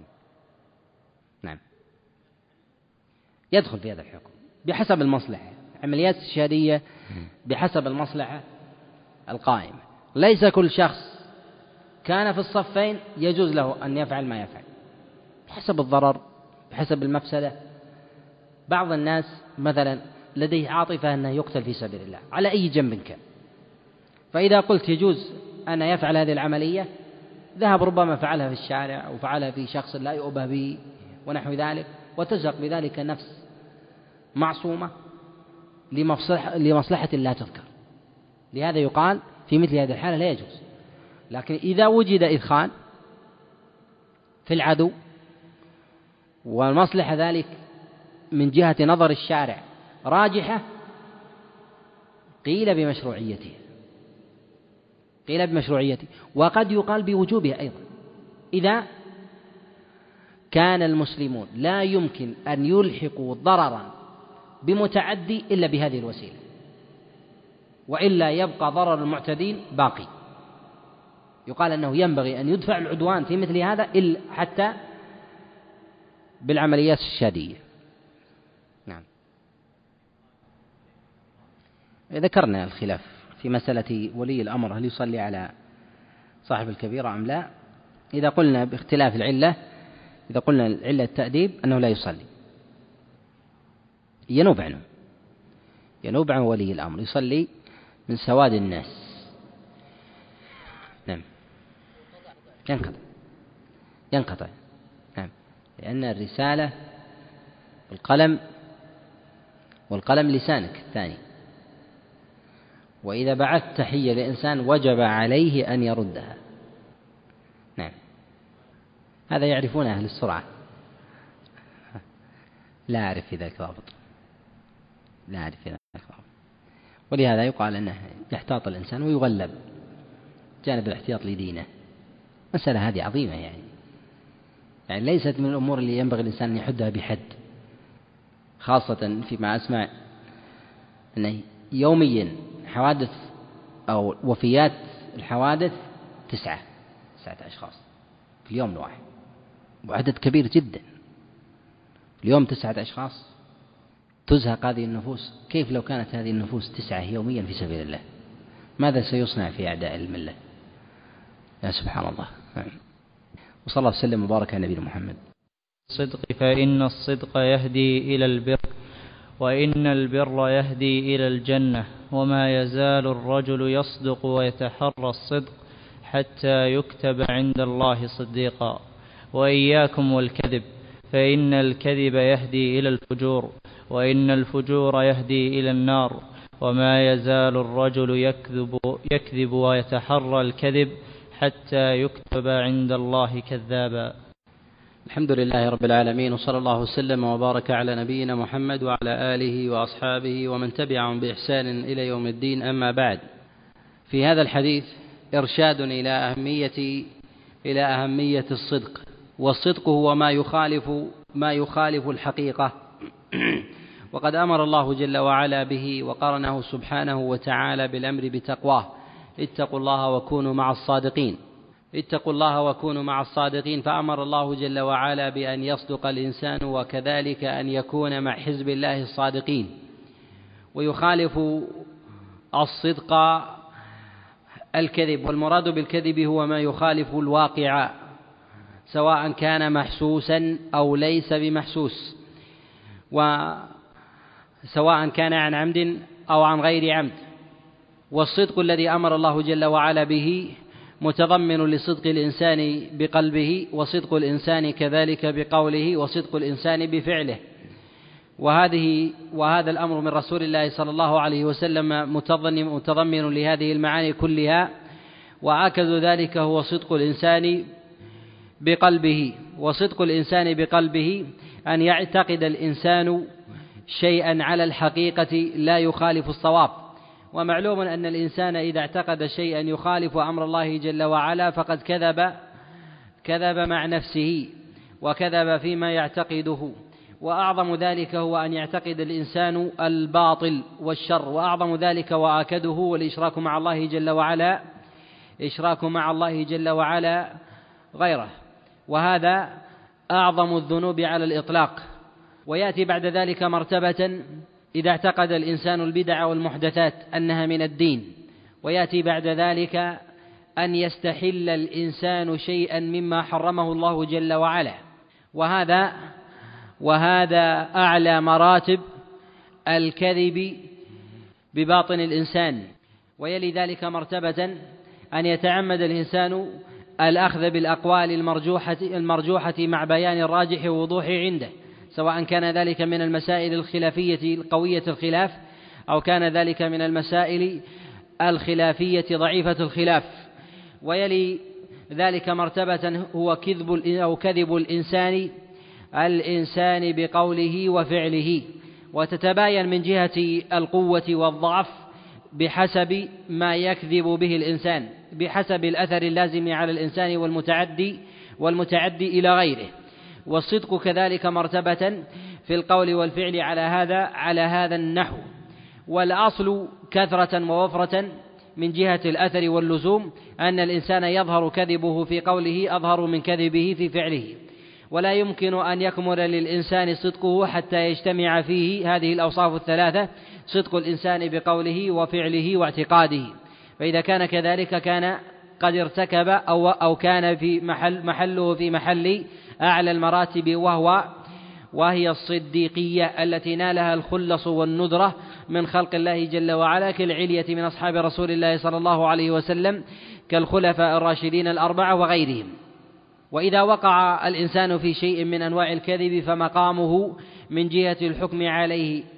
يدخل في هذا الحكم بحسب المصلحة، عمليات استشهادية بحسب المصلحة القائمة. ليس كل شخص كان في الصفين يجوز له أن يفعل ما يفعل، بحسب الضرر بحسب المفسدة. بعض الناس مثلا لديه عاطفة أنه يقتل في سبيل الله على أي جنب كان، فإذا قلت يجوز أن يفعل هذه العملية ذهب ربما فعلها في الشارع أو فعلها في شخص لا يؤبه به ونحو ذلك، وتزهق بذلك نفس معصومة لمصلحة لا تذكر. لهذا يقال في مثل هذه الحالة لا يجوز. لكن إذا وجد إدخال في العدو والمصلحة ذلك من جهة نظر الشارع راجحة قيل بمشروعيته، وقد يقال بوجوبه أيضا، إذا كان المسلمون لا يمكن أن يلحقوا ضررا بمتعدي إلا بهذه الوسيلة، وإلا يبقى ضرر المعتدين باقي. يقال أنه ينبغي أن يدفع العدوان في مثل هذا إلا حتى بالعمليات الشادية. نعم. ذكرنا الخلاف في مسألة ولي الأمر هل يصلي على صاحب الكبيرة أم لا. إذا قلنا باختلاف العلة، إذا قلنا العلة التأديب أنه لا يصلي، ينوب عنه ولي الأمر، يصلي من سواد الناس. نعم ينقطع. نعم، لأن الرسالة والقلم لسانك الثاني، وإذا بعثت تحية لإنسان وجب عليه أن يردها. نعم، هذا يعرفون أهل السرعة، لا أعرف في ذلك ضابط، لا أعرف في ذلك ضابط. ولهذا يقال أنه يحتاط الإنسان ويغلب جانب الاحتياط لدينه. مسألة هذه عظيمة، يعني ليست من الأمور اللي ينبغي الإنسان أن يحدها بحد، خاصة فيما أسمع أنه يوميا حوادث أو وفيات الحوادث 9 أشخاص في اليوم الواحد، وعدد كبير جدا. اليوم 9 أشخاص، تزهق هذه النفوس. كيف لو كانت هذه النفوس 9 يوميا في سبيل الله؟ ماذا سيصنع في أعداء الملة؟ يا سبحان الله. وصلى الله وسلم وبارك على نبينا محمد. الصدق فإن الصدق يهدي إلى البر، وإن البر يهدي إلى الجنة، وما يزال الرجل يصدق ويتحرى الصدق حتى يكتب عند الله صديقا. وإياكم والكذب، فإن الكذب يهدي إلى الفجور، وإن الفجور يهدي إلى النار، وما يزال الرجل يكذب ويتحرى الكذب حتى يكتب عند الله كذابا. الحمد لله رب العالمين، وصلى الله وسلم وبارك على نبينا محمد وعلى آله وأصحابه ومن تبعهم بإحسان إلى يوم الدين. أما بعد، في هذا الحديث إرشاد إلى أهمية الصدق. والصدق هو ما يخالف الحقيقة، وقد أمر الله جل وعلا به، وقرنه سبحانه وتعالى بالأمر بتقواه: اتقوا الله وكونوا مع الصادقين. اتقوا الله وكونوا مع الصادقين. فأمر الله جل وعلا بأن يصدق الإنسان، وكذلك أن يكون مع حزب الله الصادقين. ويخالف الصدق الكذب، والمراد بالكذب هو ما يخالف الواقع، سواء كان محسوسا أو ليس بمحسوس، وسواء كان عن عمد أو عن غير عمد. والصدق الذي أمر الله جل وعلا به متضمن لصدق الإنسان بقلبه، وصدق الإنسان كذلك بقوله، وصدق الإنسان بفعله. وهذا الأمر من رسول الله صلى الله عليه وسلم متضمن لهذه المعاني كلها. وآكد ذلك هو صدق الإنسان بقلبه. وصدق الإنسان بقلبه أن يعتقد الإنسان شيئا على الحقيقة لا يخالف الصواب. ومعلوم أن الإنسان إذا اعتقد شيئا يخالف أمر الله جل وعلا فقد كذب مع نفسه، وكذب فيما يعتقده. وأعظم ذلك هو أن يعتقد الإنسان الباطل والشر، وأعظم ذلك وآكده والإشراك مع الله جل وعلا غيره، وهذا أعظم الذنوب على الإطلاق. ويأتي بعد ذلك مرتبة إذا اعتقد الإنسان البدع والمحدثات أنها من الدين، ويأتي بعد ذلك أن يستحل الإنسان شيئا مما حرمه الله جل وعلا، وهذا أعلى مراتب الكذب بباطن الإنسان. ويلي ذلك مرتبة أن يتعمد الإنسان الأخذ بالأقوال المرجوحة مع بيان الراجح ووضوح عنده، سواء كان ذلك من المسائل الخلافية القوية الخلاف، أو كان ذلك من المسائل الخلافية ضعيفة الخلاف. ويلي ذلك مرتبة هو كذب الإنسان بقوله وفعله، وتتباين من جهة القوة والضعف بحسب ما يكذب به الإنسان، بحسب الأثر اللازم على الإنسان والمتعدي إلى غيره. والصدق كذلك مرتبة في القول والفعل على هذا النحو. والأصل كثرة ووفرة من جهة الأثر واللزوم أن الإنسان يظهر كذبه في قوله أظهر من كذبه في فعله، ولا يمكن أن يكمل للإنسان صدقه حتى يجتمع فيه هذه الأوصاف الثلاثة: صدق الإنسان بقوله وفعله واعتقاده. فإذا كان كذلك كان قد ارتكب أو كان في محله في محل أعلى المراتب، وهي الصديقية التي نالها الخلص والندرة من خلق الله جل وعلا، كالعلية من أصحاب رسول الله صلى الله عليه وسلم، كالخلفاء الراشدين الأربعة وغيرهم. وإذا وقع الإنسان في شيء من أنواع الكذب فمقامه من جهة الحكم عليه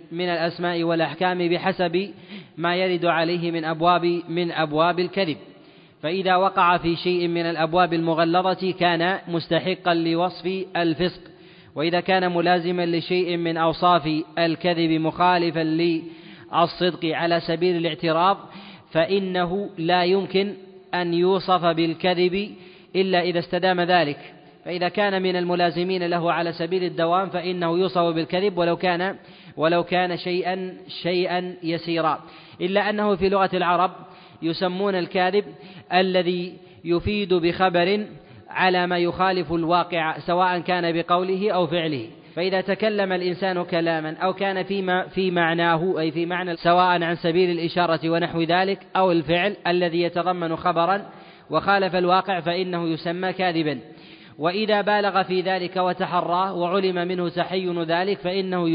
من الأسماء والأحكام بحسب ما يرد عليه من أبواب الكذب. فإذا وقع في شيء من الأبواب المغلظة كان مستحقا لوصف الفسق، وإذا كان ملازما لشيء من أوصاف الكذب مخالفا للصدق على سبيل الاعتراض فإنه لا يمكن أن يوصف بالكذب إلا إذا استدام ذلك. فإذا كان من الملازمين له على سبيل الدوام فإنه يوصف بالكذب ولو كان شيئا يسيرا، إلا أنه في لغة العرب يسمون الكاذب الذي يفيد بخبر على ما يخالف الواقع سواء كان بقوله أو فعله. فإذا تكلم الإنسان كلاما أو كان في معناه أي في معنى سواء عن سبيل الإشارة ونحو ذلك أو الفعل الذي يتضمن خبرا وخالف الواقع فإنه يسمى كاذبا. وإذا بالغ في ذلك وتحراه وعلم منه تحين ذلك فإنه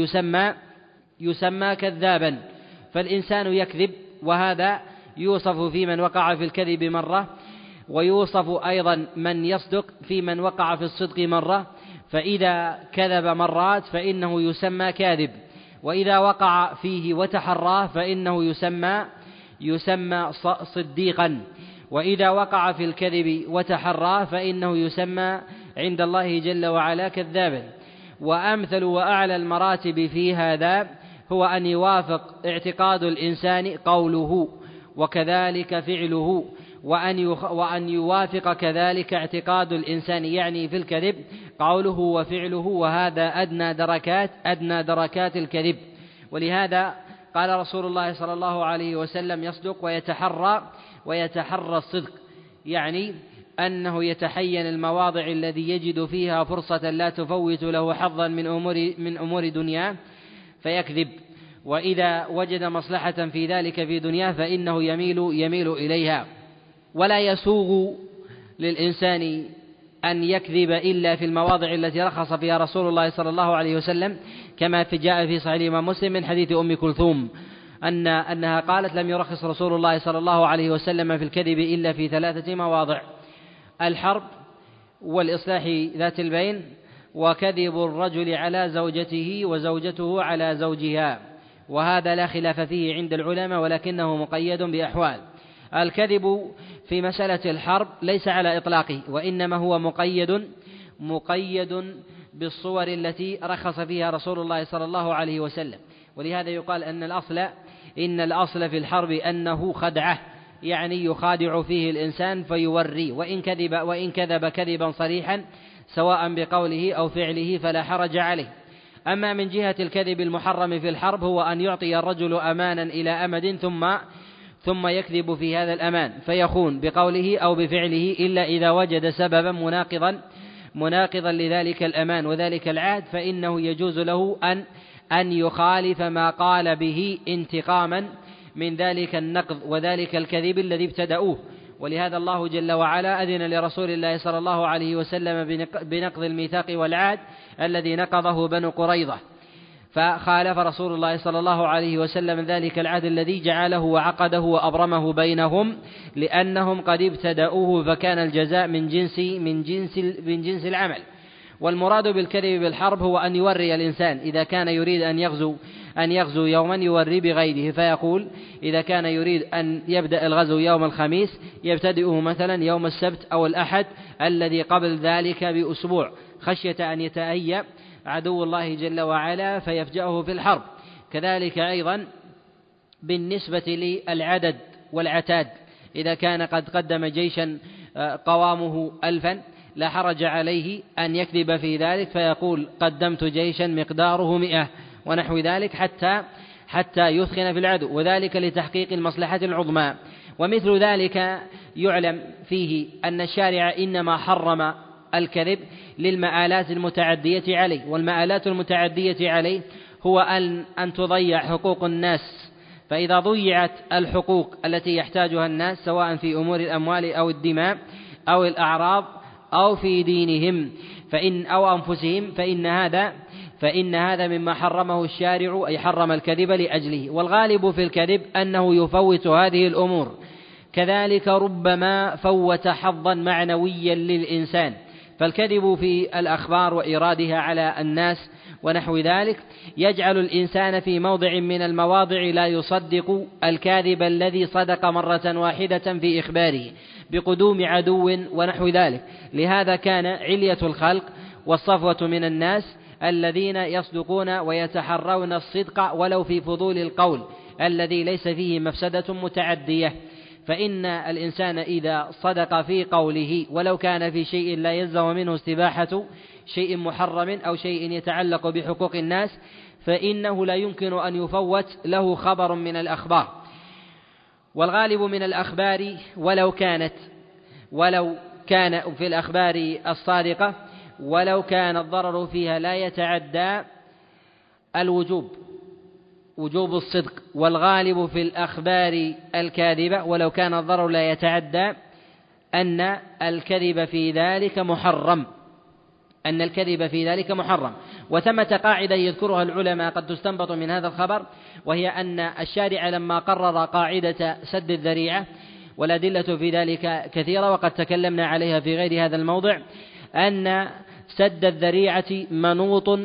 يسمى كذابا. فالإنسان يكذب، وهذا يوصف في من وقع في الكذب مرة، ويوصف أيضا من يصدق في من وقع في الصدق مرة. فإذا كذب مرات فإنه يسمى كاذب، وإذا وقع فيه وتحراه فإنه يسمى صديقا، وإذا وقع في الكذب وتحراه فإنه يسمى عند الله جل وعلا كذابا. وأمثل وأعلى المراتب في هذا هو أن يوافق اعتقاد الإنسان قوله وكذلك فعله، وأن يوافق كذلك اعتقاد الإنسان يعني في الكذب قوله وفعله، وهذا أدنى دركات الكذب. ولهذا قال رسول الله صلى الله عليه وسلم يصدق ويتحرى الصدق، يعني أنه يتحين المواضع الذي يجد فيها فرصة لا تفوت له حظا من أمور دنياه فيكذب، وإذا وجد مصلحة في ذلك في دنياه فإنه يميل إليها. ولا يسوغ للإنسان أن يكذب إلا في المواضع التي رخص فيها رسول الله صلى الله عليه وسلم، كما جاء في صحيح الإمام مسلم من حديث أم كلثوم أنها قالت لم يرخص رسول الله صلى الله عليه وسلم في الكذب إلا في 3 مواضع: الحرب، والإصلاح ذات البين، وكذب الرجل على زوجته وزوجته على زوجها. وهذا لا خلاف فيه عند العلماء، ولكنه مقيد بأحوال. الكذب في مسألة الحرب ليس على إطلاقه، وإنما هو مقيد بالصور التي رخص فيها رسول الله صلى الله عليه وسلم. ولهذا يقال إن الأصل في الحرب أنه خدعة، يعني يخادع فيه الإنسان فيوري، وإن كذب كذبا صريحا سواء بقوله أو فعله فلا حرج عليه. أما من جهة الكذب المحرم في الحرب هو أن يعطي الرجل أمانا إلى أمد ثم يكذب في هذا الأمان فيخون بقوله أو بفعله، إلا إذا وجد سببا مناقضا لذلك الأمان وذلك العهد، فإنه يجوز له أن يخالف ما قال به انتقاما من ذلك النقض وذلك الكذب الذي ابتدأوه. ولهذا الله جل وعلا أذن لرسول الله صلى الله عليه وسلم بنقض الميثاق والعهد الذي نقضه بنو قريظة، فخالف رسول الله صلى الله عليه وسلم ذلك العهد الذي جعله وعقده وأبرمه بينهم، لأنهم قد ابتدأوه، فكان الجزاء من جنس العمل. والمراد بالكذب بالحرب هو أن يوري الإنسان إذا كان يريد أن يغزو يوما يوري بغيره، فيقول إذا كان يريد أن يبدأ الغزو يوم الخميس يبتدئه مثلا يوم السبت أو الأحد الذي قبل ذلك بأسبوع، خشية أن يتأيى عدو الله جل وعلا فيفجأه في الحرب. كذلك أيضا بالنسبة للعدد والعتاد، إذا كان قد قدم جيشا قوامه 1000 لا حرج عليه أن يكذب في ذلك فيقول قدمت جيشا مقداره 100 ونحو ذلك حتى يثخن في العدو، وذلك لتحقيق المصلحة العظمى. ومثل ذلك يعلم فيه أن الشارع إنما حرم الكذب للمآلات المتعدية عليه، والمآلات المتعدية عليه هو أن تضيع حقوق الناس. فإذا ضيعت الحقوق التي يحتاجها الناس سواء في أمور الأموال أو الدماء أو الأعراض أو في دينهم أو أنفسهم فإن هذا مما حرمه الشارع، أي حرم الكذب لأجله. والغالب في الكذب أنه يفوت هذه الأمور. كذلك ربما فوت حظا معنويا للإنسان، فالكذب في الأخبار وإيرادها على الناس ونحو ذلك يجعل الإنسان في موضع من المواضع لا يصدق الكاذب الذي صدق مرة واحدة في إخباره بقدوم عدو ونحو ذلك. لهذا كان علية الخلق والصفوة من الناس الذين يصدقون ويتحرون الصدق ولو في فضول القول الذي ليس فيه مفسدة متعدية. فإن الإنسان إذا صدق في قوله ولو كان في شيء لا يلزم منه استباحة شيء محرم أو شيء يتعلق بحقوق الناس فإنه لا يمكن أن يفوت له خبر من الأخبار. والغالب من الأخبار ولو كان في الأخبار الصادقة ولو كان الضرر فيها لا يتعدى وجوب الصدق، والغالب في الأخبار الكاذبة ولو كان الضرر لا يتعدى أن الكذب في ذلك محرم. وثمة قاعدة يذكرها العلماء قد تستنبط من هذا الخبر، وهي أن الشارع لما قرر قاعدة سد الذريعة، والأدلة في ذلك كثيرة وقد تكلمنا عليها في غير هذا الموضع، أن سد الذريعة منوط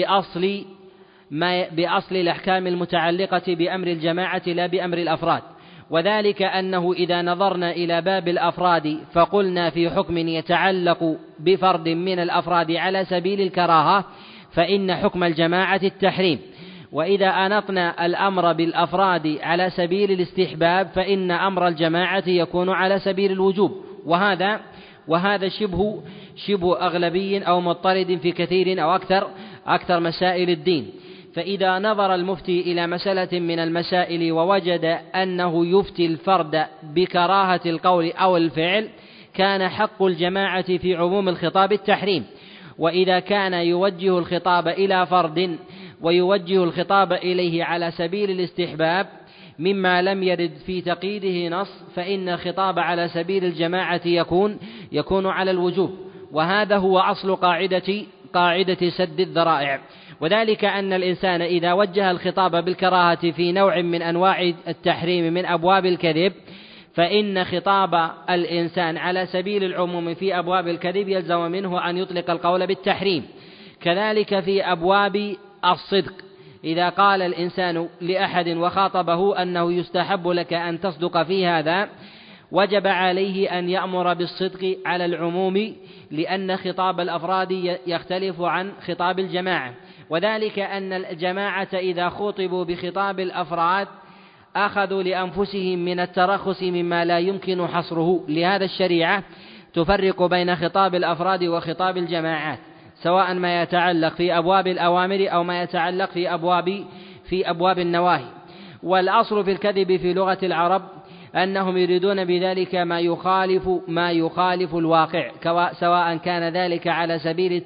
بأصل الأحكام المتعلقة بأمر الجماعة لا بأمر الأفراد، وذلك أنه إذا نظرنا إلى باب الأفراد فقلنا في حكم يتعلق بفرد من الأفراد على سبيل الكراهة فإن حكم الجماعة التحريم، وإذا أنطنا الأمر بالأفراد على سبيل الاستحباب فإن أمر الجماعة يكون على سبيل الوجوب. وهذا شبه أغلبي أو مضطرد في كثير أو أكثر مسائل الدين. فإذا نظر المفتي إلى مسألة من المسائل ووجد أنه يفتي الفرد بكراهة القول أو الفعل كان حق الجماعة في عموم الخطاب التحريم. وإذا كان يوجه الخطاب إلى فرد ويوجه الخطاب إليه على سبيل الاستحباب مما لم يرد في تقييده نص فإن الخطاب على سبيل الجماعة يكون على الوجوب. وهذا هو أصل قاعدة سد الذرائع، وذلك أن الإنسان إذا وجه الخطاب بالكراهة في نوع من أنواع التحريم من أبواب الكذب فإن خطاب الإنسان على سبيل العموم في أبواب الكذب يلزم منه أن يطلق القول بالتحريم. كذلك في أبواب الصدق، إذا قال الإنسان لأحد وخاطبه أنه يستحب لك أن تصدق في هذا وجب عليه أن يأمر بالصدق على العموم، لأن خطاب الأفراد يختلف عن خطاب الجماعة، وذلك أن الجماعة إذا خطبوا بخطاب الأفراد أخذوا لأنفسهم من الترخص مما لا يمكن حصره. لهذا الشريعة تفرق بين خطاب الأفراد وخطاب الجماعات، سواء ما يتعلق في أبواب الأوامر أو ما يتعلق في أبواب النواهي. والأصل في الكذب في لغة العرب أنهم يريدون بذلك ما يخالف الواقع، سواء كان ذلك على سبيل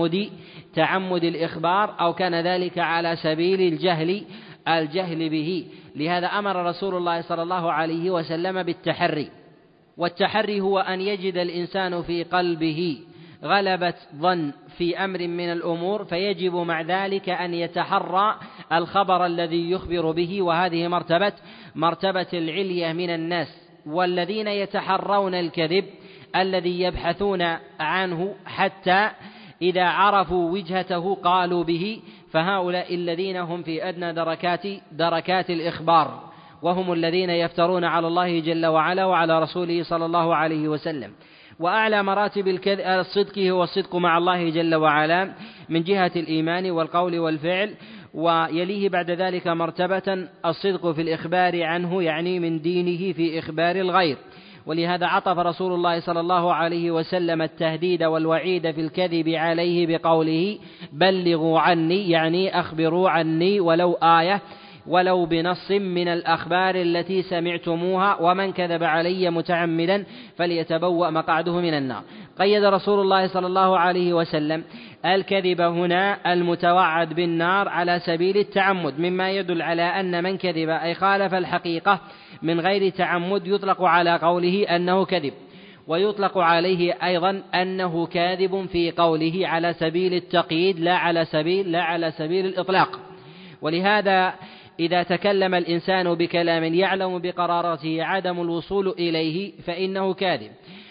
تعمد الإخبار أو كان ذلك على سبيل الجهل به. لهذا أمر رسول الله صلى الله عليه وسلم بالتحري، والتحري هو أن يجد الإنسان في قلبه غلبة ظن في أمر من الأمور فيجب مع ذلك أن يتحرى الخبر الذي يخبر به، وهذه مرتبة العلية من الناس. والذين يتحرون الكذب الذي يبحثون عنه حتى إذا عرفوا وجهته قالوا به، فهؤلاء الذين هم في أدنى دركات الإخبار، وهم الذين يفترون على الله جل وعلا وعلى رسوله صلى الله عليه وسلم. وأعلى مراتب الصدق هو الصدق مع الله جل وعلا من جهة الإيمان والقول والفعل، ويليه بعد ذلك مرتبة الصدق في الإخبار عنه، يعني من دينه في إخبار الغير. ولهذا عطف رسول الله صلى الله عليه وسلم التهديد والوعيد في الكذب عليه بقوله بلغوا عني، يعني أخبروا عني ولو آية ولو بنص من الأخبار التي سمعتموها، ومن كذب علي متعمدا فليتبوأ مقعده من النار. قيد رسول الله صلى الله عليه وسلم الكذب هنا المتوعد بالنار على سبيل التعمد، مما يدل على أن من كذب أي خالف الحقيقة من غير تعمد يطلق على قوله أنه كذب، ويطلق عليه أيضا أنه كاذب في قوله على سبيل التقييد لا على سبيل الإطلاق. ولهذا إذا تكلم الإنسان بكلام يعلم بقرارته عدم الوصول إليه فإنه كاذب.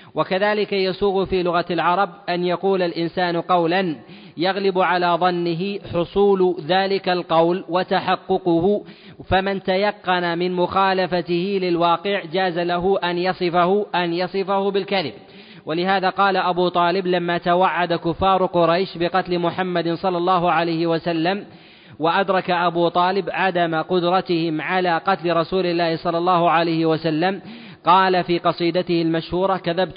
وكذلك يسوغ في لغة العرب أن يقول الإنسان قولا يغلب على ظنه حصول ذلك القول وتحققه، فمن تيقن من مخالفته للواقع جاز له أن يصفه بالكذب. ولهذا قال أبو طالب لما توعد كفار قريش بقتل محمد صلى الله عليه وسلم، وأدرك أبو طالب عدم قدرتهم على قتل رسول الله صلى الله عليه وسلم، قال في قصيدته المشهورة: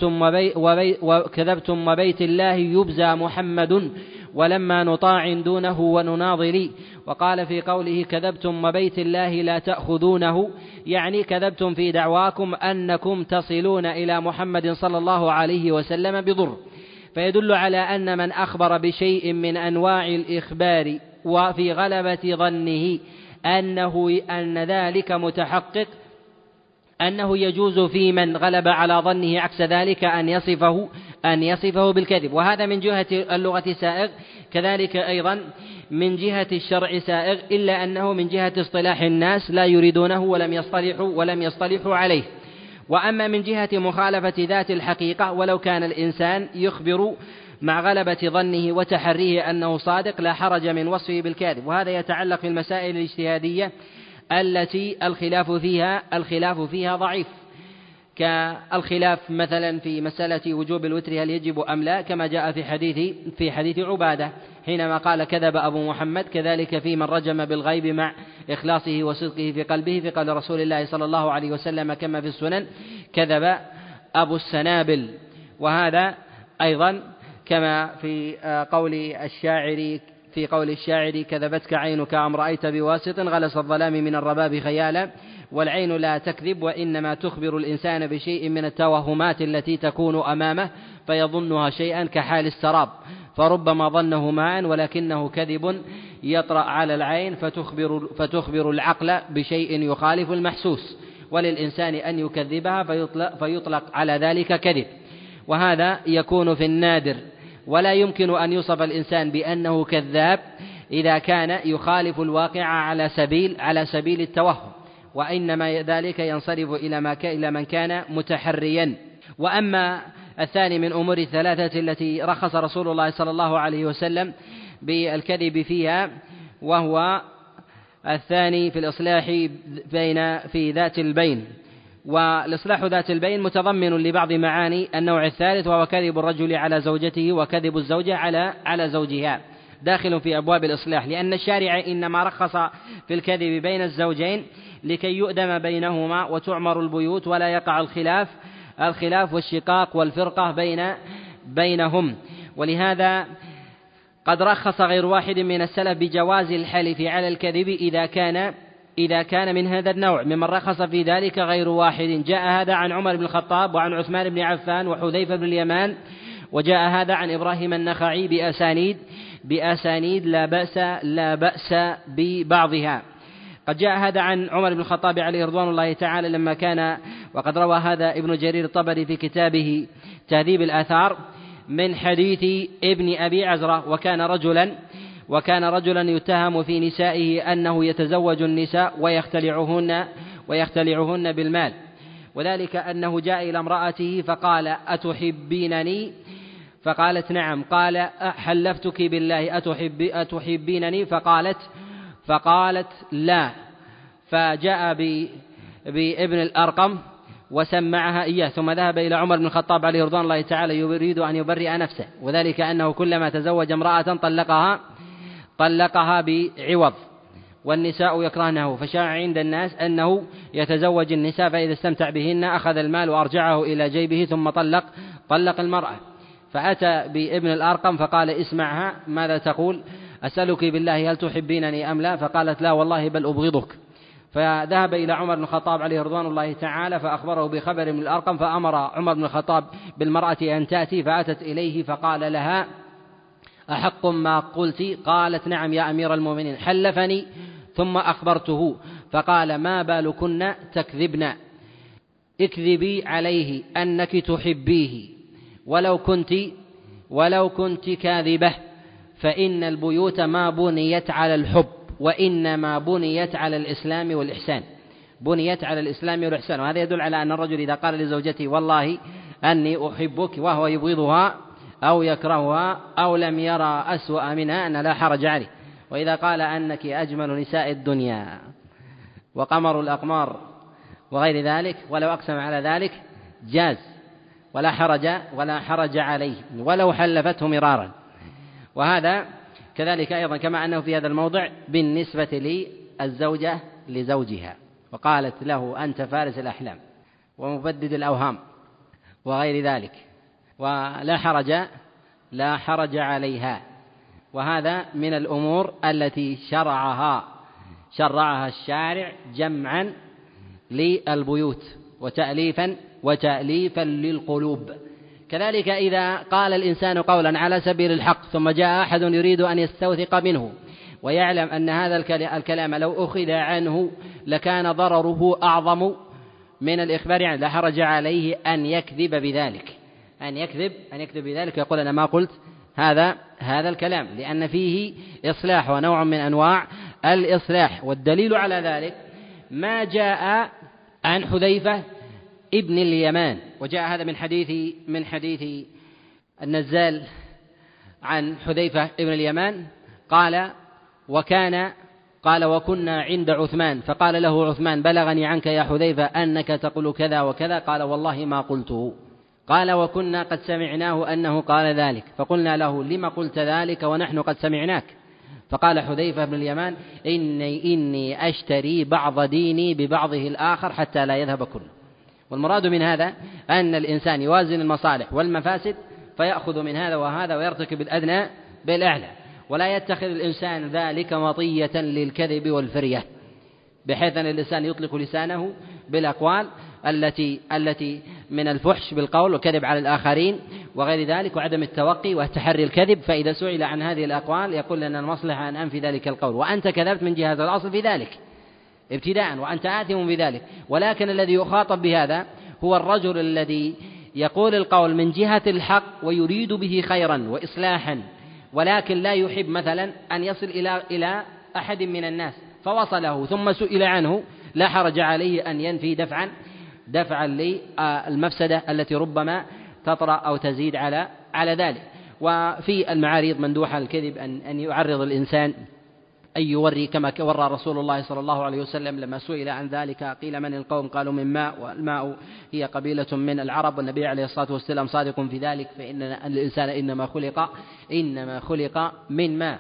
كذبتم وبيت الله يبزى محمد ولما نطاع دونه ونناضل. وقال في قوله: كذبتم وبيت الله لا تأخذونه، يعني كذبتم في دعواكم أنكم تصلون إلى محمد صلى الله عليه وسلم بضر. فيدل على أن من أخبر بشيء من أنواع الإخبار وفي غلبة ظنه أن ذلك متحقق، أنه يجوز في من غلب على ظنه عكس ذلك أن يصفه بالكذب. وهذا من جهة اللغة سائغ، كذلك أيضا من جهة الشرع سائغ، إلا أنه من جهة اصطلاح الناس لا يريدونه ولم يصطلحوا عليه. وأما من جهة مخالفة ذات الحقيقة، ولو كان الإنسان يخبر مع غلبة ظنه وتحريه أنه صادق لا حرج من وصفه بالكاذب. وهذا يتعلق في المسائل الاجتهادية التي الخلاف فيها ضعيف، كالخلاف مثلا في مسألة وجوب الوتر هل يجب أم لا، كما جاء في حديث عبادة حينما قال كذب أبو محمد. كذلك في من رجم بالغيب مع إخلاصه وصدقه في قلبه، في قول رسول الله صلى الله عليه وسلم كما في السنن: كذب أبو السنابل. وهذا أيضا كما في قول الشاعر: كذبتك عينك أم رأيت بواسط غلس الظلام من الرباب خيالا. والعين لا تكذب، وإنما تخبر الإنسان بشيء من التوهمات التي تكون أمامه فيظنها شيئا كحال السراب، فربما ظنه ماء ولكنه كذب يطرأ على العين فتخبر العقل بشيء يخالف المحسوس، وللإنسان أن يكذبها فيطلق على ذلك كذب. وهذا يكون في النادر، ولا يمكن أن يوصف الإنسان بأنه كذاب إذا كان يخالف الواقع على سبيل التوهم، وإنما ذلك ينصرف إلى من كان متحريا. وأما الثاني من أمور الثلاثة التي رخص رسول الله صلى الله عليه وسلم بالكذب فيها، وهو الثاني في الإصلاح في ذات البين. والإصلاح ذات البين متضمن لبعض معاني النوع الثالث، وهو كذب الرجل على زوجته وكذب الزوجة على زوجها، داخل في أبواب الإصلاح، لأن الشارع إنما رخص في الكذب بين الزوجين لكي يؤدم بينهما وتعمر البيوت ولا يقع الخلاف والشقاق والفرقة بينهم. ولهذا قد رخص غير واحد من السلف بجواز الحلف على الكذب إذا كان من هذا النوع، ممن رخص في ذلك غير واحد. جاء هذا عن عمر بن الخطاب وعن عثمان بن عفان وحذيفة بن اليمان، وجاء هذا عن إبراهيم النخعي بأسانيد لا بأس ببعضها. قد جاء هذا عن عمر بن الخطاب عليه رضوان الله تعالى لما كان، وقد روى هذا ابن جرير الطبري في كتابه تهذيب الآثار من حديث ابن أبي عزرة، وكان رجلا يتهم في نسائه أنه يتزوج النساء ويختلعهن بالمال، وذلك أنه جاء إلى امرأته فقال: أتحبينني؟ فقالت: نعم. قال: حلفتك بالله أتحبينني؟ فقالت: لا. فجاء بابن الأرقم وسمعها إياه، ثم ذهب إلى عمر بن الخطاب عليه رضوان الله تعالى يريد أن يبرئ نفسه، وذلك أنه كلما تزوج امرأة طلقها بعوض، والنساء يكرهنه، فشاع عند الناس أنه يتزوج النساء، فإذا استمتع بهن أخذ المال وأرجعه إلى جيبه ثم طلق المرأة. فأتى بابن الأرقم فقال: اسمعها، ماذا تقول؟ أسألك بالله هل تحبينني أم لا؟ فقالت: لا والله بل أبغضك. فذهب إلى عمر بن الخطاب عليه رضوان الله تعالى فأخبره بخبر ابن الأرقم، فأمر عمر بن الخطاب بالمرأة أن تأتي، فأتت إليه فقال لها: أحق ما قلت؟ قالت: نعم يا أمير المؤمنين. حلفني ثم أخبرته فقال: ما بالكن تكذبن؟ اكذبي عليه أنك تحبيه ولو كنت كاذبة، فإن البيوت ما بنيت على الحب وإنما بنيت على الإسلام والإحسان. وهذا يدل على أن الرجل إذا قال لزوجته: والله أني أحبك وهو يبغضها أو يكرهها أو لم يرى أسوأ منها أن لا حرج عليه. وإذا قال أنك أجمل نساء الدنيا وقمر الأقمار وغير ذلك ولو أقسم على ذلك جاز ولا حرج عليه ولو حلفته مرارا. وهذا كذلك أيضا كما أنه في هذا الموضع بالنسبة للزوجة لزوجها، وقالت له أنت فارس الأحلام ومبدد الأوهام وغير ذلك، لا حرج عليها. وهذا من الأمور التي شرعها الشارع جمعا للبيوت وتأليفا للقلوب. كذلك إذا قال الإنسان قولا على سبيل الحق ثم جاء أحد يريد أن يستوثق منه ويعلم أن هذا الكلام لو أخذ عنه لكان ضرره أعظم من الإخبار عنه، لا حرج عليه أن يكذب بذلك يقول أنا ما قلت هذا الكلام، لأن فيه إصلاح ونوع من أنواع الإصلاح. والدليل على ذلك ما جاء عن حذيفة ابن اليمان، وجاء هذا من حديث النزال عن حذيفة ابن اليمان قال وكنا عند عثمان فقال له عثمان بلغني عنك يا حذيفة أنك تقول كذا وكذا، قال والله ما قلته. قال وكنا قد سمعناه أنه قال ذلك، فقلنا له لما قلت ذلك ونحن قد سمعناك؟ فقال حذيفة بن اليمان إني أشتري بعض ديني ببعضه الآخر حتى لا يذهب كله. والمراد من هذا أن الإنسان يوازن المصالح والمفاسد فيأخذ من هذا وهذا ويرتكب الأدنى بالأعلى، ولا يتخذ الإنسان ذلك مطية للكذب والفرية، بحيث أن الإنسان يطلق لسانه بالأقوال التي من الفحش بالقول وكذب على الآخرين وغير ذلك، وعدم التوقي والتحري الكذب. فإذا سئل عن هذه الأقوال يقول لنا المصلحة أن أنفي ذلك القول، وأنت كذبت من جهة الأصل في ذلك ابتداء وأنت آثم بذلك. ولكن الذي يخاطب بهذا هو الرجل الذي يقول القول من جهة الحق ويريد به خيرا وإصلاحا، ولكن لا يحب مثلا أن يصل إلى أحد من الناس فوصله ثم سئل عنه، لا حرج عليه أن ينفي دفعا للمفسدة التي ربما تطرأ أو تزيد على ذلك. وفي المعاريض مندوحة الكذب أن يعرض الإنسان أن يوري كما ورى رسول الله صلى الله عليه وسلم لما سئل عن ذلك قيل من القوم؟ قالوا من ماء، والماء هي قبيلة من العرب، والنبي عليه الصلاة والسلام صادق في ذلك، فإن الإنسان إنما خلق من ماء.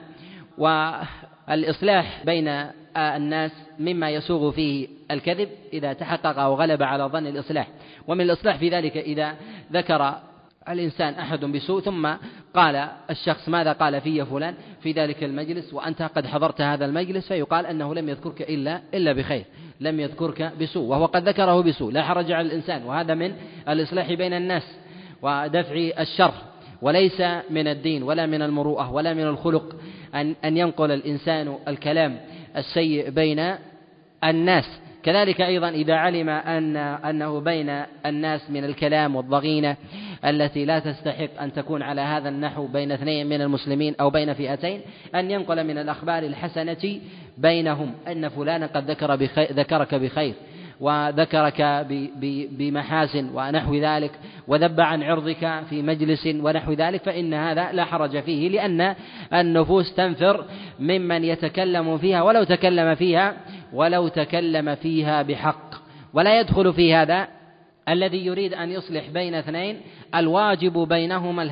والإصلاح بين الناس مما يسوغ فيه الكذب إذا تحقق أو غلب على ظن الإصلاح. ومن الإصلاح في ذلك إذا ذكر الإنسان أحد بسوء ثم قال الشخص ماذا قال في فلان في ذلك المجلس وأنت قد حضرت هذا المجلس، فيقال أنه لم يذكرك إلا بخير، لم يذكرك بسوء وهو قد ذكره بسوء، لا حرج على الإنسان. وهذا من الإصلاح بين الناس ودفع الشر، وليس من الدين ولا من المروءة ولا من الخلق أن ينقل الإنسان الكلام السيء بين الناس. كذلك أيضا إذا علم أنه بين الناس من الكلام والضغينة التي لا تستحق أن تكون على هذا النحو بين اثنين من المسلمين أو بين فئتين، أن ينقل من الأخبار الحسنة بينهم أن فلانا قد ذكرك بخير وذكرك بمحاسن ونحو ذلك وذب عن عرضك في مجلس ونحو ذلك، فإن هذا لا حرج فيه، لأن النفوس تنفر ممن يتكلم فيها ولو تكلم فيها بحق. ولا يدخل في هذا الذي يريد أن يصلح بين اثنين الواجب بينهما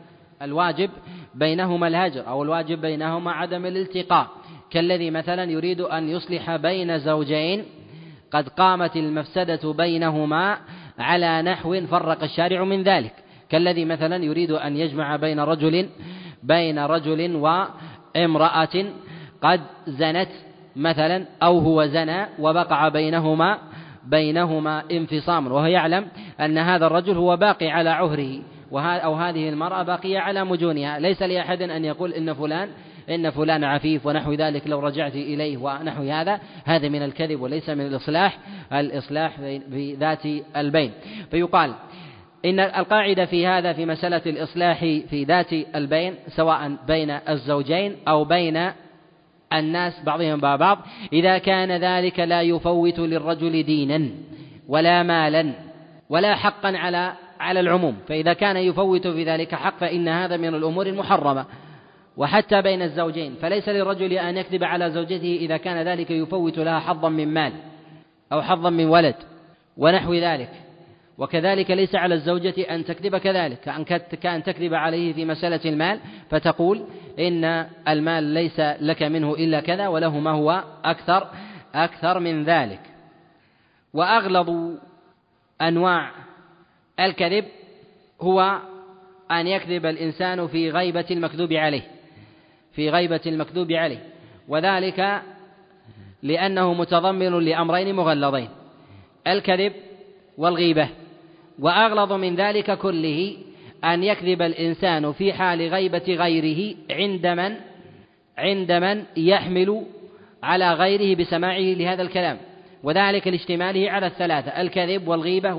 الهجر أو الواجب بينهما عدم الالتقاء، كالذي مثلا يريد أن يصلح بين زوجين قد قامت المفسدة بينهما على نحو فرق الشارع من ذلك، كالذي مثلا يريد أن يجمع بين رجل وامرأة قد زنت مثلا أو هو زنى وبقع بينهما انفصام، وهو يعلم أن هذا الرجل هو باقي على عهره أو هذه المرأة باقية على مجونها، ليس لأحد أن يقول إن فلان عفيف ونحو ذلك لو رجعت إليه ونحو هذا من الكذب وليس من الإصلاح في ذات البين. فيقال إن القاعدة في هذا في مسألة الإصلاح في ذات البين سواء بين الزوجين أو بين الناس بعضهم بعض، إذا كان ذلك لا يفوت للرجل دينا ولا مالا ولا حقا على على العموم، فإذا كان يفوت في ذلك حق فإن هذا من الأمور المحرمة. وحتى بين الزوجين فليس للرجل أن يكذب على زوجته إذا كان ذلك يفوت لها حظا من مال أو حظا من ولد ونحو ذلك. وكذلك ليس على الزوجة أن تكذب كذلك، كأن تكذب عليه في مسألة المال فتقول إن المال ليس لك منه إلا كذا وله ما هو أكثر من ذلك. وأغلظ أنواع الكذب هو أن يكذب الإنسان في غيبة المكذوب عليه، وذلك لأنه متضمن لأمرين مغلظين: الكذب والغيبة. وأغلظ من ذلك كله أن يكذب الإنسان في حال غيبة غيره عند من يحمل على غيره بسماعه لهذا الكلام، وذلك لاشتماله على الثلاثة: الكذب والغيبة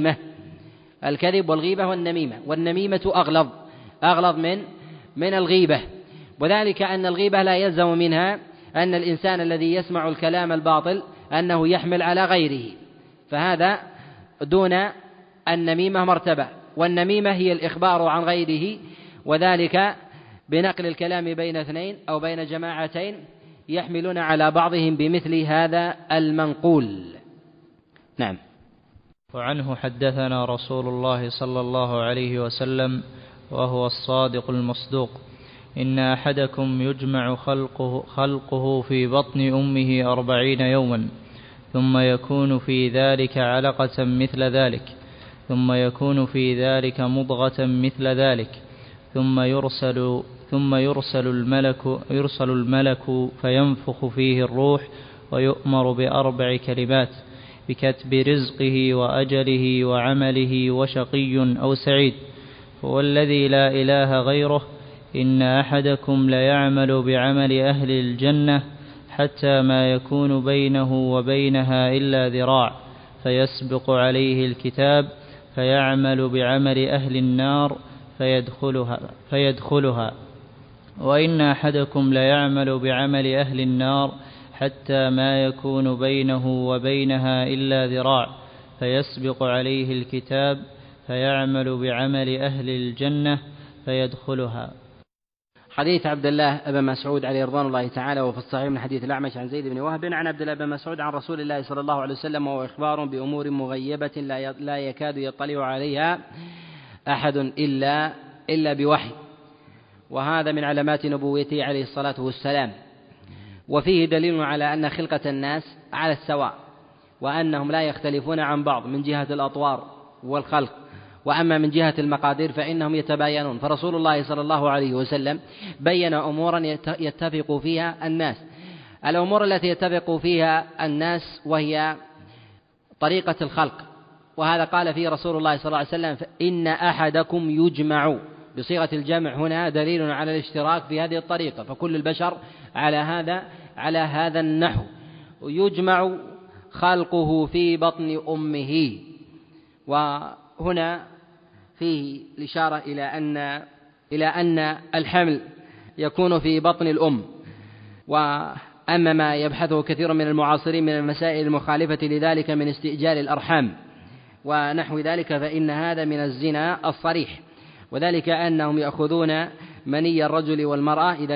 والنميمة. والنميمة أغلظ من الغيبة، وذلك أن الغيبة لا يلزم منها أن الإنسان الذي يسمع الكلام الباطل أنه يحمل على غيره، فهذا دون النميمة مرتبة. والنميمة هي الإخبار عن غيره، وذلك بنقل الكلام بين اثنين أو بين جماعتين يحملون على بعضهم بمثل هذا المنقول. نعم. وعنه حدثنا رسول الله صلى الله عليه وسلم وهو الصادق المصدوق: إن أحدكم يجمع خلقه في بطن أمه 40 يوما، ثم يكون في ذلك علقة مثل ذلك، ثم يكون في ذلك مضغة مثل ذلك، ثم يرسل الملك فينفخ فيه الروح، ويؤمر ب4 كلمات: بكتب رزقه وأجله وعمله وشقي أو سعيد. هو الذي لا إله غيره: إن أحدكم ليعمل بعمل أهل الجنة حتى ما يكون بينه وبينها إلا ذراع، فيسبق عليه الكتاب فيعمل بعمل أهل النار فيدخلها. وإن أحدكم ليعمل بعمل أهل النار حتى ما يكون بينه وبينها إلا ذراع، فيسبق عليه الكتاب فيعمل بعمل أهل الجنة فيدخلها. حديث عبد الله بن مسعود عليه رضوان الله تعالى، وفي الصحيح من حديث الأعمش عن زيد بن وهب عن عبد الله بن مسعود عن رسول الله صلى الله عليه وسلم، وهو إخبار بأمور مغيبة لا يكاد يطلع عليها أحد إلا بوحي، وهذا من علامات نبوته عليه الصلاة والسلام. وفيه دليل على أن خلقة الناس على السواء، وأنهم لا يختلفون عن بعض من جهة الأطوار والخلق، وأما من جهة المقادير فإنهم يتباينون. فرسول الله صلى الله عليه وسلم بين أمورا يتفق فيها الناس. الأمور التي يتفق فيها الناس وهي طريقة الخلق، وهذا قال فيه رسول الله صلى الله عليه وسلم: إن أحدكم يجمع، بصيغة الجمع هنا دليل على الاشتراك في هذه الطريقة، فكل البشر على هذا النحو: يجمع خلقه في بطن أمه. وهنا فيه الإشارة إلى أن الحمل يكون في بطن الأم. وأما ما يبحثه كثير من المعاصرين من المسائل المخالفة لذلك من استئجال الأرحام ونحو ذلك، فإن هذا من الزنا الصريح، وذلك أنهم يأخذون مني الرجل والمرأة إذا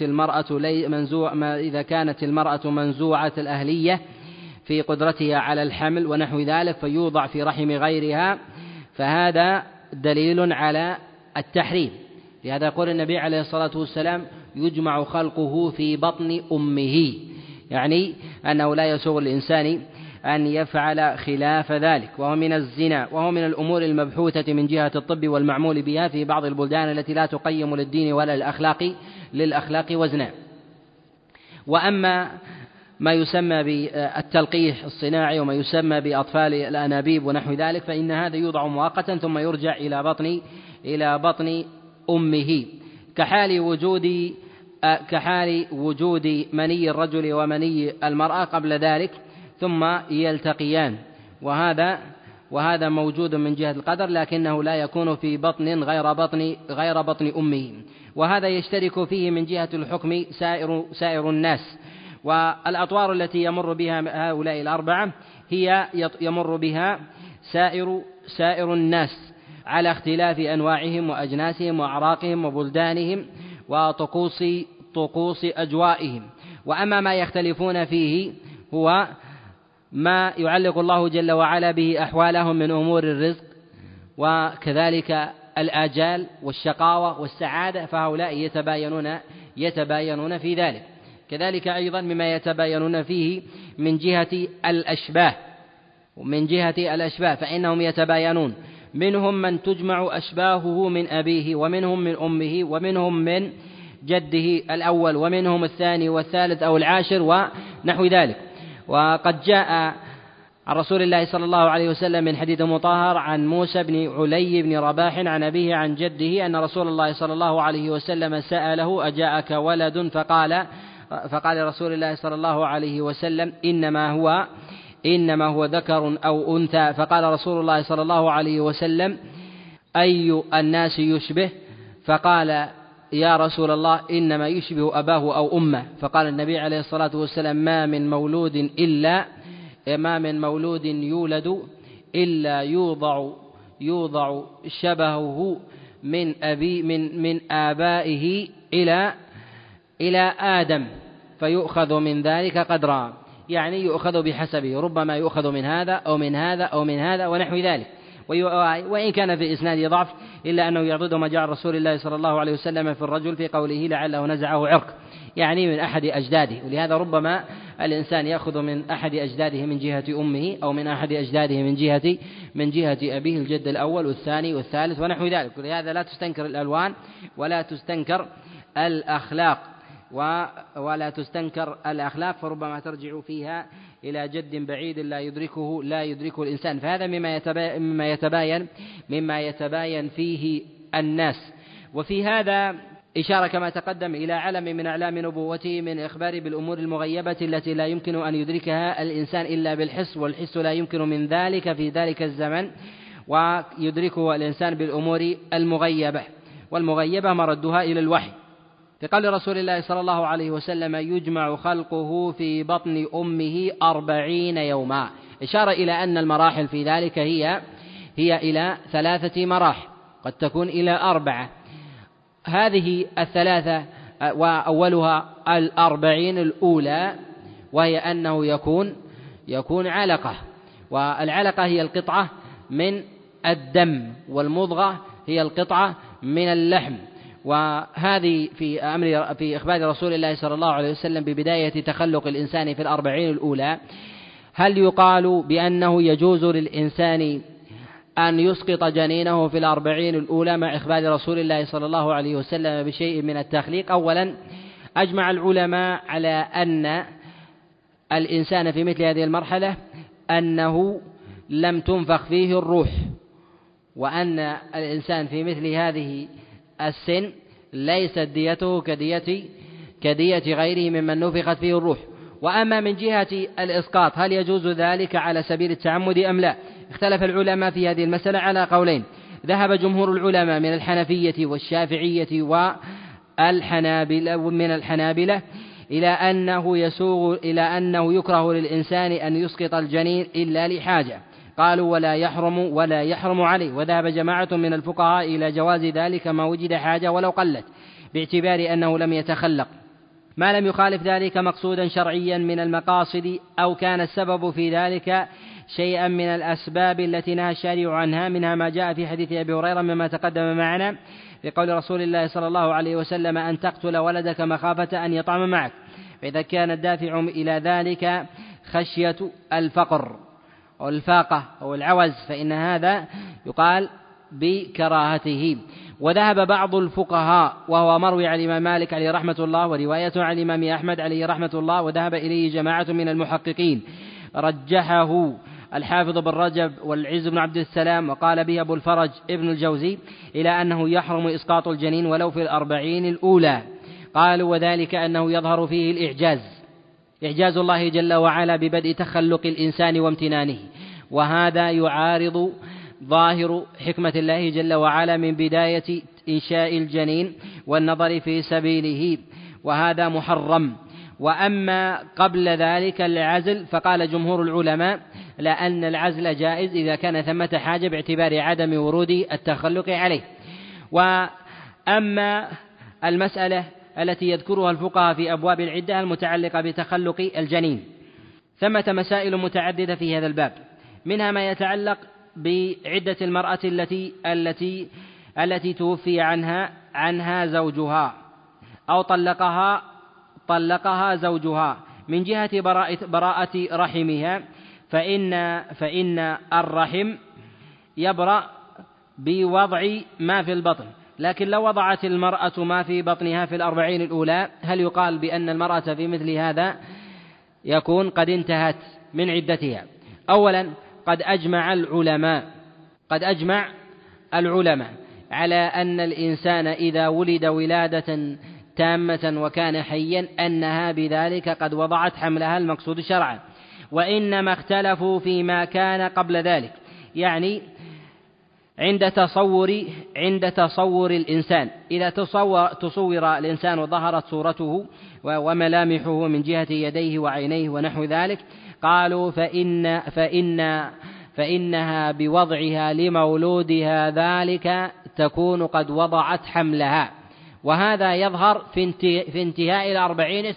كانت المرأة منزوعة الأهلية في قدرتها على الحمل ونحو ذلك، فيوضع في رحم غيرها، فهذا دليل على التحريم. لهذا يقول النبي عليه الصلاة والسلام: يجمع خلقه في بطن أمه، يعني أنه لا يسوغ الإنسان أن يفعل خلاف ذلك، وهو من الزنا، وهو من الأمور المبحوثة من جهة الطب والمعمول بها في بعض البلدان التي لا تقيم للدين ولا للأخلاق وزنا. وأما ما يسمى بالتلقيح الصناعي وما يسمى بأطفال الأنابيب ونحو ذلك، فإن هذا يوضع مؤقتا ثم يرجع إلى بطن أمه، كحال وجود مني الرجل ومني المرأة قبل ذلك ثم يلتقيان، وهذا موجود من جهة القدر، لكنه لا يكون في بطن غير بطن أمه. وهذا يشترك فيه من جهة الحكم سائر الناس. والأطوار التي يمر بها هؤلاء الأربعة هي يمر بها سائر الناس، على اختلاف أنواعهم وأجناسهم وأعراقهم وبلدانهم وطقوس أجوائهم. وأما ما يختلفون فيه هو ما يعلق الله جل وعلا به أحوالهم من أمور الرزق وكذلك الآجال والشقاوة والسعادة، فهؤلاء يتباينون في ذلك. كذلك أيضا مما يتباينون فيه من جهة الأشباه فإنهم يتباينون، منهم من تجمع أشباهه من أبيه، ومنهم من أمه، ومنهم من جده الأول، ومنهم الثاني والثالث أو العاشر ونحو ذلك. وقد جاء عن رسول الله صلى الله عليه وسلم من حديث مطهر عن موسى بن علي بن رباح عن أبيه عن جده أن رسول الله صلى الله عليه وسلم سأله: أجاءك ولد؟ فقال رسول الله صلى الله عليه وسلم: إنما هو ذكر أو أنثى. فقال رسول الله صلى الله عليه وسلم: أي الناس يشبه؟ فقال: يا رسول الله إنما يشبه أباه أو أمه. فقال النبي عليه الصلاة والسلام: ما من مولود يولد إلا يوضع شبهه من آبائه إلى آدم فيؤخذ من ذلك قدرا، يعني يؤخذ بحسبه، ربما يؤخذ من هذا أو من هذا أو من هذا ونحو ذلك. وإن كان في إسناد ضعف إلا أنه يعضد ما جاء رسول الله صلى الله عليه وسلم في الرجل في قوله: لعله نزعه عرق، يعني من أحد أجداده. ولهذا ربما الإنسان يأخذ من أحد أجداده من جهة أمه، أو من أحد أجداده من جهة أبيه، الجد الأول والثاني والثالث ونحو ذلك. ولهذا لا تستنكر الألوان ولا تستنكر الأخلاق فربما ترجع فيها إلى جد بعيد لا يدركه الإنسان. فهذا مما يتباين فيه الناس. وفي هذا إشارة كما تقدم إلى علم من أعلام نبوته من إخبار بالأمور المغيبة التي لا يمكن أن يدركها الإنسان إلا بالحس، والحس لا يمكن من ذلك في ذلك الزمن، ويدركه الإنسان بالأمور المغيبة، والمغيبة مردها إلى الوحي. في قول رسول الله صلى الله عليه وسلم: يجمع خلقه في بطن أمه 40 يوما، إشارة إلى أن المراحل في ذلك هي إلى 3 مراحل، قد تكون إلى 4. هذه 3 وأولها 40 الأولى، وهي أنه يكون علقة، والعلقة هي القطعة من الدم، والمضغة هي القطعة من اللحم. وهذه في إخبار رسول الله صلى الله عليه وسلم ببداية تخلق الإنسان في 40 الأولى. هل يقال بأنه يجوز للإنسان أن يسقط جنينه في 40 الأولى مع إخبار رسول الله صلى الله عليه وسلم بشيء من التخليق؟ أولا، أجمع العلماء على أن الإنسان في مثل هذه المرحلة أنه لم تنفخ فيه الروح، وأن الإنسان في مثل هذه السن ليست ديته كدية غيره ممن نفخت فيه الروح. وأما من جهة الإسقاط هل يجوز ذلك على سبيل التعمد أم لا؟ اختلف العلماء في هذه المسألة على قولين. ذهب جمهور العلماء من الحنفية والشافعية من الحنابلة إلى أنه يكره للإنسان أن يسقط الجنين إلا لحاجة، قالوا ولا يحرم عليه. وذهب جماعة من الفقهاء إلى جواز ذلك ما وجد حاجة ولو قلت، باعتبار أنه لم يتخلق، ما لم يخالف ذلك مقصودا شرعيا من المقاصد، أو كان السبب في ذلك شيئا من الأسباب التي نهى الشارع عنها، منها ما جاء في حديث أبي هريرة مما تقدم معنا في قول رسول الله صلى الله عليه وسلم: أن تقتل ولدك مخافة أن يطعم معك. فإذا كان الدافع إلى ذلك خشية الفقر أو الفاقة أو العوز فإن هذا يقال بكراهته. وذهب بعض الفقهاء، وهو مروي عن الإمام مالك عليه رحمة الله، ورواية عن الإمام أحمد عليه رحمة الله، وذهب إليه جماعة من المحققين، رجحه الحافظ بن رجب والعز بن عبد السلام، وقال به أبو الفرج ابن الجوزي، إلى أنه يحرم إسقاط الجنين ولو في 40 الأولى. قالوا وذلك أنه يظهر فيه إعجاز الله جل وعلا ببدء تخلق الإنسان وامتنانه، وهذا يعارض ظاهر حكمة الله جل وعلا من بداية إنشاء الجنين والنظر في سبيله، وهذا محرم. وأما قبل ذلك العزل فقال جمهور العلماء لأن العزل جائز إذا كان ثمة حاجة باعتبار عدم ورود التخلق عليه. وأما المسألة التي يذكرها الفقهاء في أبواب العدة المتعلقة بتخلق الجنين، ثمة مسائل متعددة في هذا الباب، منها ما يتعلق بعدة المرأة التي توفي عنها زوجها أو طلقها زوجها من جهة براءة رحمها، فإن الرحم يبرأ بوضع ما في البطن، لكن لو وضعت المرأة ما في بطنها في 40 الأولى، هل يقال بأن المرأة في مثل هذا يكون قد انتهت من عدتها؟ أولا قد أجمع العلماء على أن الإنسان إذا ولد ولادة تامة وكان حيا أنها بذلك قد وضعت حملها المقصود شرعا، وإنما اختلفوا فيما كان قبل ذلك، يعني عند تصور الإنسان، إذا تصور الإنسان وظهرت صورته وملامحه من جهة يديه وعينيه ونحو ذلك، قالوا فإنها بوضعها لمولودها ذلك تكون قد وضعت حملها، وهذا يظهر في انتهاء 40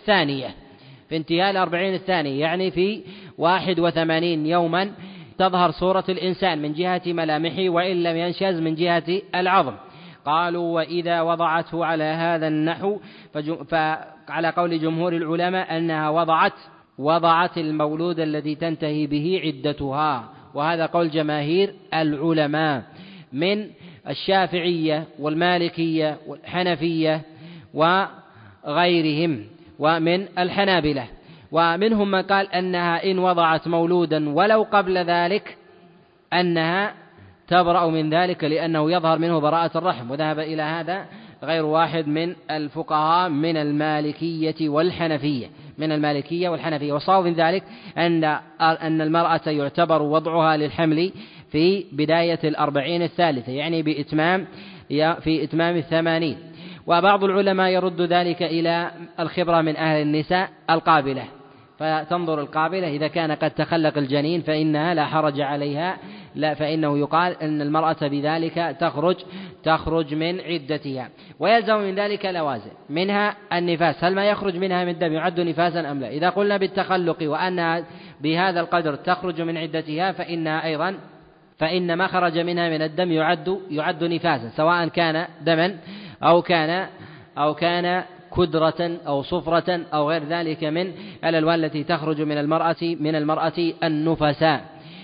الثانية، يعني في 81 يوما تظهر صورة الإنسان من جهة ملامحه وإن لم ينشز من جهة العظم. قالوا وإذا وضعته على هذا النحو فعلى قول جمهور العلماء أنها وضعت المولود الذي تنتهي به عدتها، وهذا قول جماهير العلماء من الشافعية والمالكية والحنفية وغيرهم ومن الحنابلة، ومنهم من قال أنها إن وضعت مولودا ولو قبل ذلك أنها تبرأ من ذلك لأنه يظهر منه براءة الرحم، وذهب إلى هذا غير واحد من الفقهاء من المالكية والحنفية والصواب من ذلك أن المرأة يعتبر وضعها للحمل في بداية 40 الثالثة، يعني في إتمام 80. وبعض العلماء يرد ذلك إلى الخبرة من أهل النساء القابلة، فتنظر القابلة إذا كان قد تخلق الجنين فإنها لا حرج عليها، فإنه يقال أن المرأة بذلك تخرج من عدتها. ويلزم من ذلك لوازم، منها النفاس، هل ما يخرج منها من دم يعد نفاسا أم لا؟ إذا قلنا بالتخلق وأنها بهذا القدر تخرج من عدتها فإن ما خرج منها من الدم يعد نفاسا، سواء كان دما أو كان كدرة أو صفرة أو غير ذلك من الألوان التي تخرج من المرأة النفساء.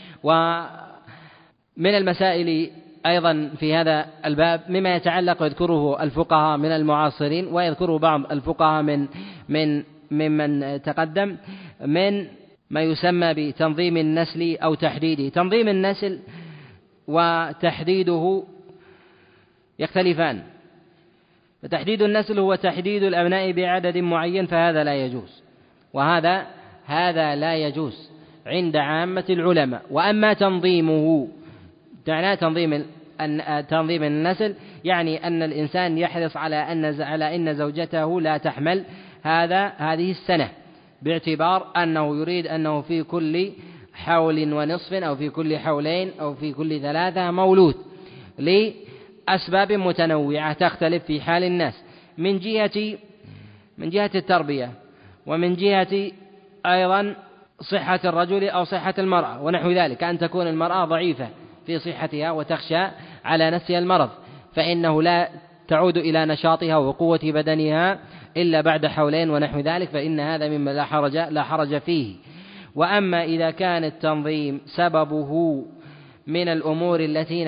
ومن المسائل أيضا في هذا الباب مما يتعلق يذكره الفقهاء من المعاصرين ويذكره بعض الفقهاء ممن تقدم من ما يسمى بتنظيم النسل أو تحديده. تنظيم النسل وتحديده يختلفان، فتحديد النسل هو تحديد الأبناء بعدد معين، فهذا لا يجوز، وهذا لا يجوز عند عامة العلماء. وأما تنظيمه معناه تنظيم النسل، يعني أن الإنسان يحرص على أن زوجته لا تحمل هذه السنة، باعتبار أنه يريد أنه في كل حول ونصف أو في كل حولين أو في كل 3 مولود، لأسباب متنوعة تختلف في حال الناس، من جهة التربية، ومن جهة أيضا صحة الرجل أو صحة المرأة ونحو ذلك، أن تكون المرأة ضعيفة في صحتها وتخشى على نفسها المرض، فإنه لا تعود إلى نشاطها وقوة بدنها إلا بعد حولين ونحو ذلك، فإن هذا مما لا حرج فيه. وأما إذا كان التنظيم سببه من الأمور التي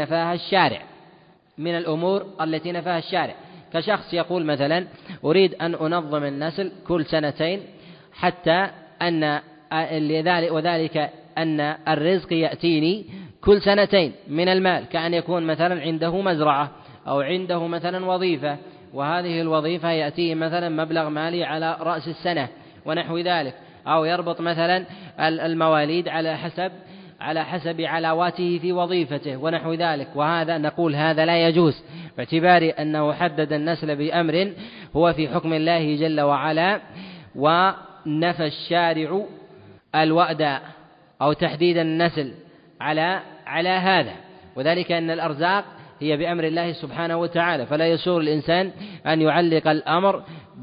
نفاها الشارع، كشخص يقول مثلا أريد أن أنظم النسل كل 2 سنين، حتى أن وذلك أن الرزق يأتيني كل 2 سنين من المال، كأن يكون مثلا عنده مزرعة أو عنده مثلا وظيفة، وهذه الوظيفة يأتيه مثلا مبلغ مالي على رأس السنة ونحو ذلك، أو يربط مثلا المواليد على حسب علاواته في وظيفته ونحو ذلك، وهذا نقول هذا لا يجوز، باعتبار أنه حدد النسل بأمر هو في حكم الله جل وعلا، ونفى الشارع الوأد أو تحديد النسل على هذا، وذلك أن الأرزاق هي بأمر الله سبحانه وتعالى، فلا يسوغ الإنسان أن يعلق الأمر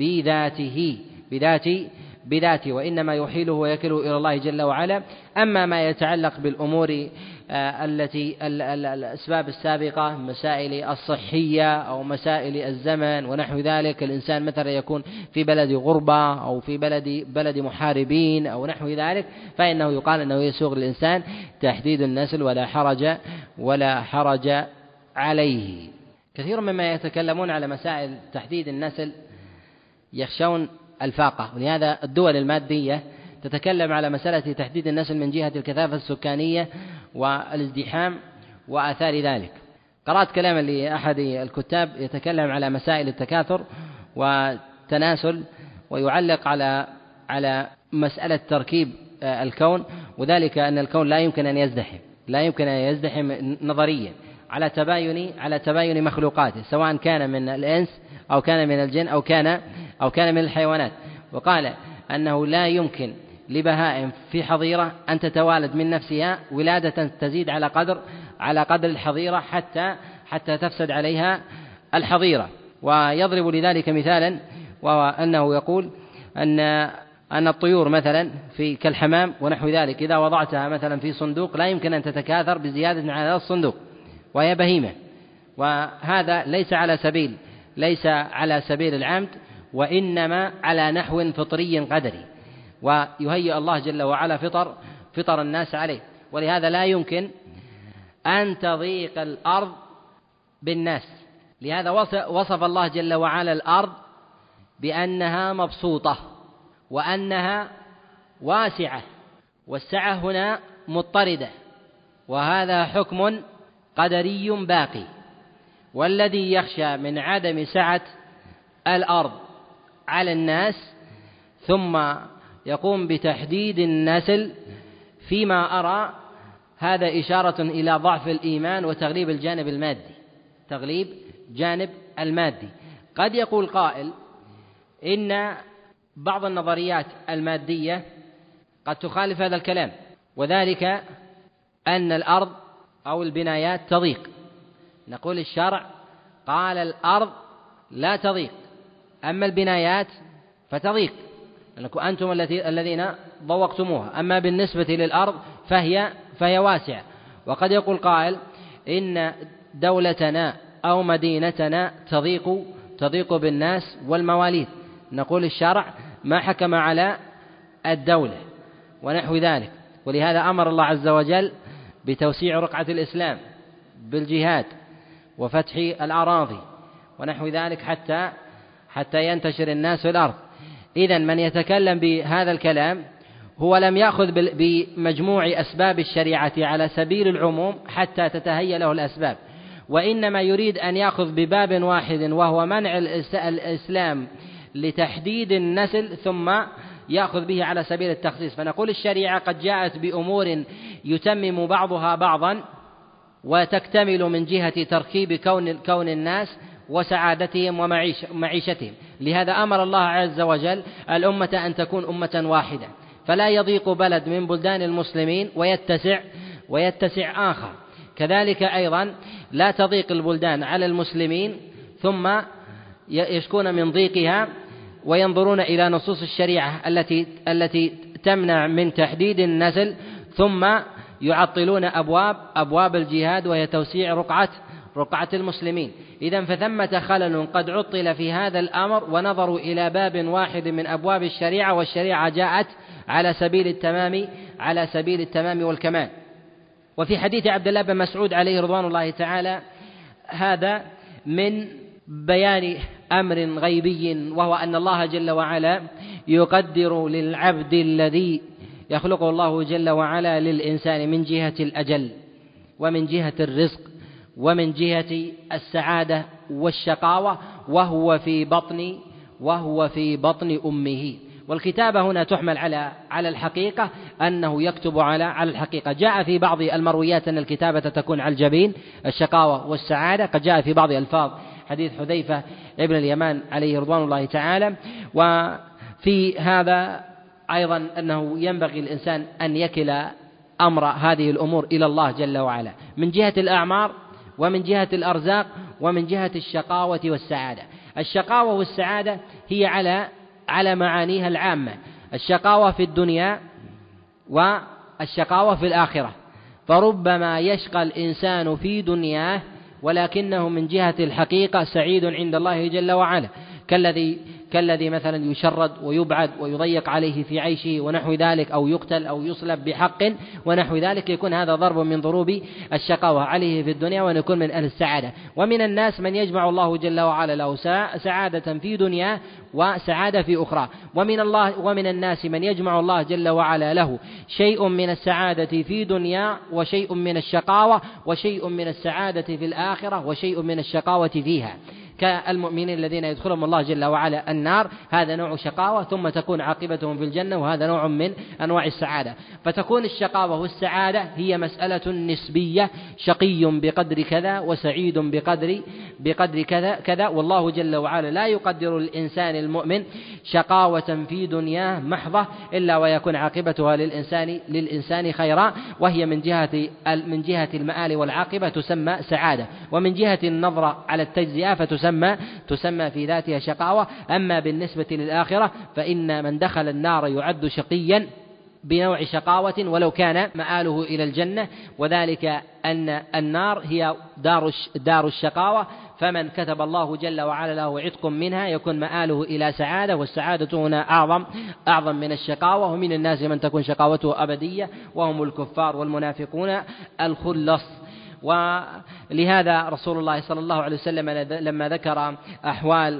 بذاته، وإنما يحيله ويكله إلى الله جل وعلا. أما ما يتعلق بالأمور التي الأسباب السابقة، مسائل الصحية أو مسائل الزمن ونحو ذلك، الإنسان مثلا يكون في بلد غربة أو في بلد محاربين أو نحو ذلك، فإنه يقال أنه يسوغ للإنسان تحديد النسل ولا حرج عليه. كثير مما يتكلمون على مسائل تحديد النسل يخشون الفاقة، ولهذا الدول المادية تتكلم على مسألة تحديد النسل من جهة الكثافة السكانية والازدحام وآثار ذلك. قرأت كلاما لأحد الكتاب يتكلم على مسائل التكاثر والتناسل، ويعلق على مسألة تركيب الكون، وذلك أن الكون لا يمكن أن يزدحم نظريا على تباين مخلوقاته، سواء كان من الإنس أو كان من الجن أو كان من الحيوانات. وقال أنه لا يمكن لبهائم في حظيرة أن تتوالد من نفسها ولادة تزيد على قدر الحظيرة حتى تفسد عليها الحظيرة. ويضرب لذلك مثالا، وهو أنه يقول أن الطيور مثلا كالحمام ونحو ذلك إذا وضعتها مثلا في صندوق لا يمكن أن تتكاثر بزيادة على هذا الصندوق، وهي بهيمة. وهذا ليس على سبيل العمد، وإنما على نحو فطري قدري، ويهيئ الله جل وعلا فطر الناس عليه. ولهذا لا يمكن أن تضيق الأرض بالناس، لهذا وصف الله جل وعلا الأرض بأنها مبسوطة وأنها واسعة، والسعة هنا مضطردة، وهذا حكم قدري باقي. والذي يخشى من عدم سعة الأرض على الناس ثم يقوم بتحديد النسل، فيما أرى هذا إشارة إلى ضعف الإيمان وتغليب جانب المادي. قد يقول قائل إن بعض النظريات المادية قد تخالف هذا الكلام، وذلك أن الأرض أو البنايات تضيق. نقول الشرع قال الأرض لا تضيق، أما البنايات فتضيق، لأنكم أنتم الذين ضوقتموها، أما بالنسبة للأرض فهي واسعة. وقد يقول قائل إن دولتنا أو مدينتنا تضيق بالناس والمواليد. نقول الشرع ما حكم على الدولة ونحو ذلك، ولهذا أمر الله عز وجل بتوسيع رقعة الإسلام بالجهاد وفتح الأراضي ونحو ذلك حتى ينتشر الناس في الأرض. إذن من يتكلم بهذا الكلام هو لم يأخذ بمجموع أسباب الشريعة على سبيل العموم حتى تتهيأ له الأسباب، وإنما يريد أن يأخذ بباب واحد وهو منع الإسلام لتحديد النسل، ثم يأخذ به على سبيل التخصيص. فنقول الشريعة قد جاءت بأمور يتمم بعضها بعضا وتكتمل من جهة تركيب كون الناس وسعادتهم ومعيشتهم. لهذا أمر الله عز وجل الأمة أن تكون أمة واحدة، فلا يضيق بلد من بلدان المسلمين ويتسع آخر. كذلك أيضا لا تضيق البلدان على المسلمين ثم يشكون من ضيقها وينظرون إلى نصوص الشريعة التي تمنع من تحديد النسل، ثم يعطلون أبواب الجهاد وهي توسيع رقعة المسلمين. إذن فثمة خلل قد عطل في هذا الأمر، ونظروا إلى باب واحد من أبواب الشريعة، والشريعة جاءت على سبيل التمام والكمال. وفي حديث عبد الله بن مسعود عليه رضوان الله تعالى هذا من بيان أمر غيبي، وهو أن الله جل وعلا يقدر للعبد الذي يخلقه الله جل وعلا للإنسان من جهة الأجل ومن جهة الرزق ومن جهة السعادة والشقاوة، وهو في بطن أمه. والكتابة هنا تحمل على الحقيقة، أنه يكتب على الحقيقة. جاء في بعض المرويات أن الكتابة تكون على الجبين، الشقاوة والسعادة، قد جاء في بعض ألفاظ حديث حذيفة ابن اليمان عليه رضوان الله تعالى. وفي هذا أيضا أنه ينبغي الإنسان أن يكل أمر هذه الأمور إلى الله جل وعلا من جهة الأعمار ومن جهة الأرزاق ومن جهة الشقاوة والسعادة. الشقاوة والسعادة هي على معانيها العامة، الشقاوة في الدنيا والشقاوة في الآخرة، فربما يشقى الإنسان في دنياه ولكنه من جهة الحقيقة سعيد عند الله جل وعلا، كالذي مثلا يشرد ويبعد ويضيق عليه في عيشه ونحو ذلك، أو يقتل أو يصلب بحق ونحو ذلك، يكون هذا ضرب من ضروب الشقاوة عليه في الدنيا ويكون من أهل السعادة. ومن الناس من يجمع الله جل وعلا له سعادة في دنياه وسعادة في أخرى، ومن الناس من يجمع الله جل وعلا له شيء من السعادة في دنيا وشيء من الشقاوة وشيء من السعادة في الآخرة وشيء من الشقاوة فيها، كالمؤمنين الذين يدخلهم الله جل وعلا النار، هذا نوع شقاوة ثم تكون عاقبتهم في الجنة، وهذا نوع من أنواع السعادة. فتكون الشقاوة والسعادة هي مسألة نسبية، شقي بقدر كذا وسعيد بقدر كذا، والله جل وعلا لا يقدر الإنسان المؤمن شقاوة في دنياه محضة إلا ويكون عاقبتها للإنسان خيرا، وهي من جهة المآل والعاقبة تسمى سعادة، ومن جهة النظرة على التجزئة فتسمى في ذاتها شقاوة. أما بالنسبة للآخرة فإن من دخل النار يعد شقيا بنوع شقاوة ولو كان مآله إلى الجنة، وذلك أن النار هي دار الشقاوة، فمن كتب الله جل وعلا له عتق منها يكون مآله إلى سعادة، والسعادة هنا أعظم من الشقاوة. ومن الناس من تكون شقاوته أبدية وهم الكفار والمنافقون الخلص. ولهذا رسول الله صلى الله عليه وسلم لما ذكر أحوال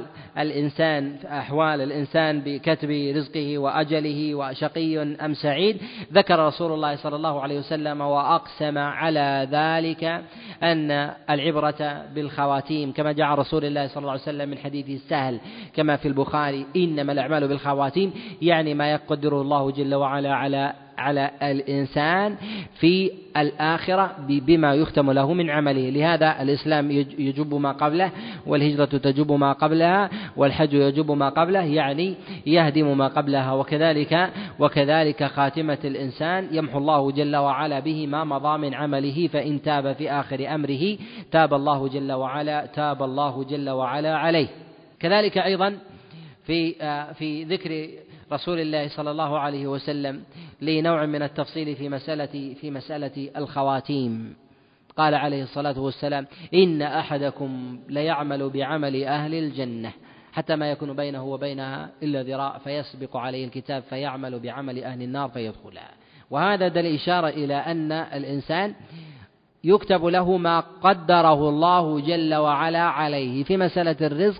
الإنسان بكتب رزقه وأجله وشقي أم سعيد، ذكر رسول الله صلى الله عليه وسلم وأقسم على ذلك أن العبرة بالخواتيم، كما جاء عن رسول الله صلى الله عليه وسلم من حديث السهل كما في البخاري: إنما الأعمال بالخواتيم، يعني ما يقدره الله جل وعلا على الإنسان في الآخرة بما يختم له من عمله. لهذا الإسلام يجب ما قبله، والهجرة تجب ما قبلها، والحج يجب ما قبله، يعني يهدم ما قبلها. وكذلك خاتمة الإنسان يمحو الله جل وعلا به ما مضى من عمله، فإن تاب في آخر أمره تاب الله جل وعلا عليه. كذلك أيضا في ذكر رسول الله صلى الله عليه وسلم لنوع من التفصيل في مسألة الخواتيم، قال عليه الصلاة والسلام: إن أحدكم ليعمل بعمل أهل الجنة حتى ما يكون بينه وبينها إلا ذراع فيسبق عليه الكتاب فيعمل بعمل أهل النار فيدخلها. وهذا دل إشارة إلى أن الإنسان يكتب له ما قدره الله جل وعلا عليه في مسألة الرزق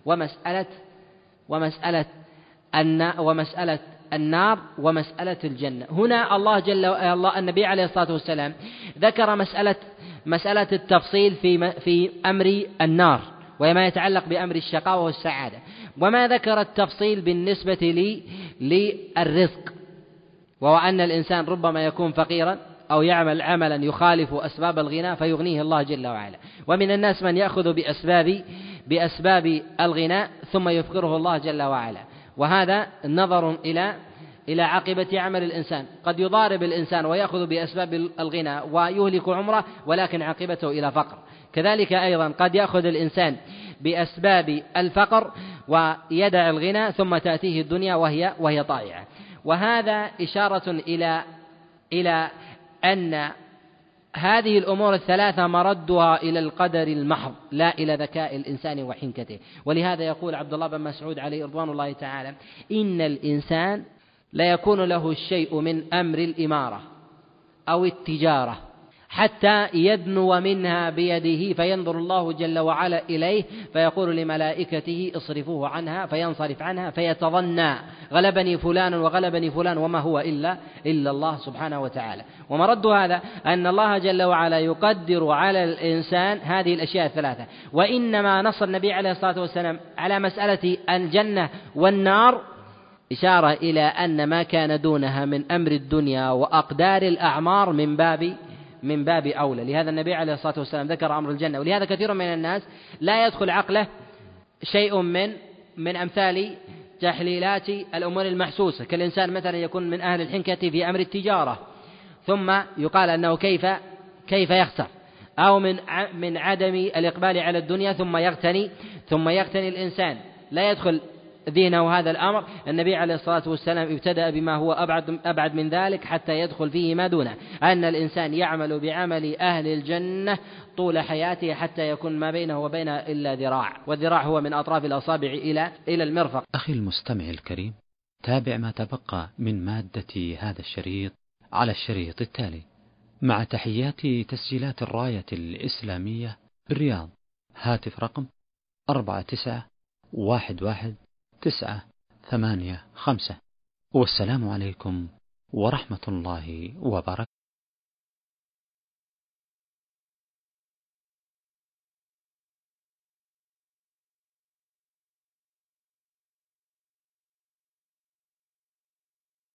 ومسألة النار ومسألة الجنة. هنا النبي عليه الصلاة والسلام ذكر مسألة التفصيل في أمر النار وما يتعلق بأمر الشقاوة والسعادة، وما ذكر التفصيل بالنسبة للرزق، وهو أن الإنسان ربما يكون فقيرا أو يعمل عملا يخالف أسباب الغنى فيغنيه الله جل وعلا، ومن الناس من يأخذ بأسباب الغنى ثم يفقره الله جل وعلا. وهذا نظر إلى عاقبة عمل الإنسان، قد يضارب الإنسان ويأخذ بأسباب الغنى ويهلك عمره ولكن عاقبته إلى فقر. كذلك أيضا قد يأخذ الإنسان بأسباب الفقر ويدع الغنى ثم تأتيه الدنيا وهي طائعة. وهذا إشارة إلى أن هذه الأمور الثلاثة مردها إلى القدر المحض لا إلى ذكاء الإنسان وحنكته. ولهذا يقول عبد الله بن مسعود عليه رضوان الله تعالى: إن الإنسان لا يكون له الشيء من أمر الإمارة أو التجارة حتى يدنو منها بيده فينظر الله جل وعلا إليه فيقول لملائكته اصرفوه عنها فينصرف عنها فيتظنى غلبني فلان وغلبني فلان وما هو إلا الله سبحانه وتعالى. ومرد هذا أن الله جل وعلا يقدر على الإنسان هذه الأشياء الثلاثة. وإنما نص النبي عليه الصلاة والسلام على مسألة الجنة والنار إشارة إلى أن ما كان دونها من أمر الدنيا وأقدار الأعمار من باب أولى. لهذا النبي عليه الصلاة والسلام ذكر أمر الجنة. ولهذا كثير من الناس لا يدخل عقله شيء من أمثال تحليلات الأمور المحسوسة، كالإنسان مثلا يكون من أهل الحنكة في أمر التجارة ثم يقال أنه كيف يخسر، أو من عدم الإقبال على الدنيا ثم يغتني الإنسان. لا يدخل ذهنه هذا الأمر. النبي عليه الصلاة والسلام ابتدأ بما هو أبعد من ذلك حتى يدخل فيه ما دونه، أن الإنسان يعمل بعمل أهل الجنة طول حياته حتى يكون ما بينه وبينها إلا ذراع، والذراع هو من أطراف الأصابع إلى المرفق. أخي المستمع الكريم، تابع ما تبقى من مادة هذا الشريط على الشريط التالي، مع تحيات تسجيلات الراية الإسلامية بالرياض. هاتف رقم 49111985. والسلام عليكم ورحمة الله وبركاته.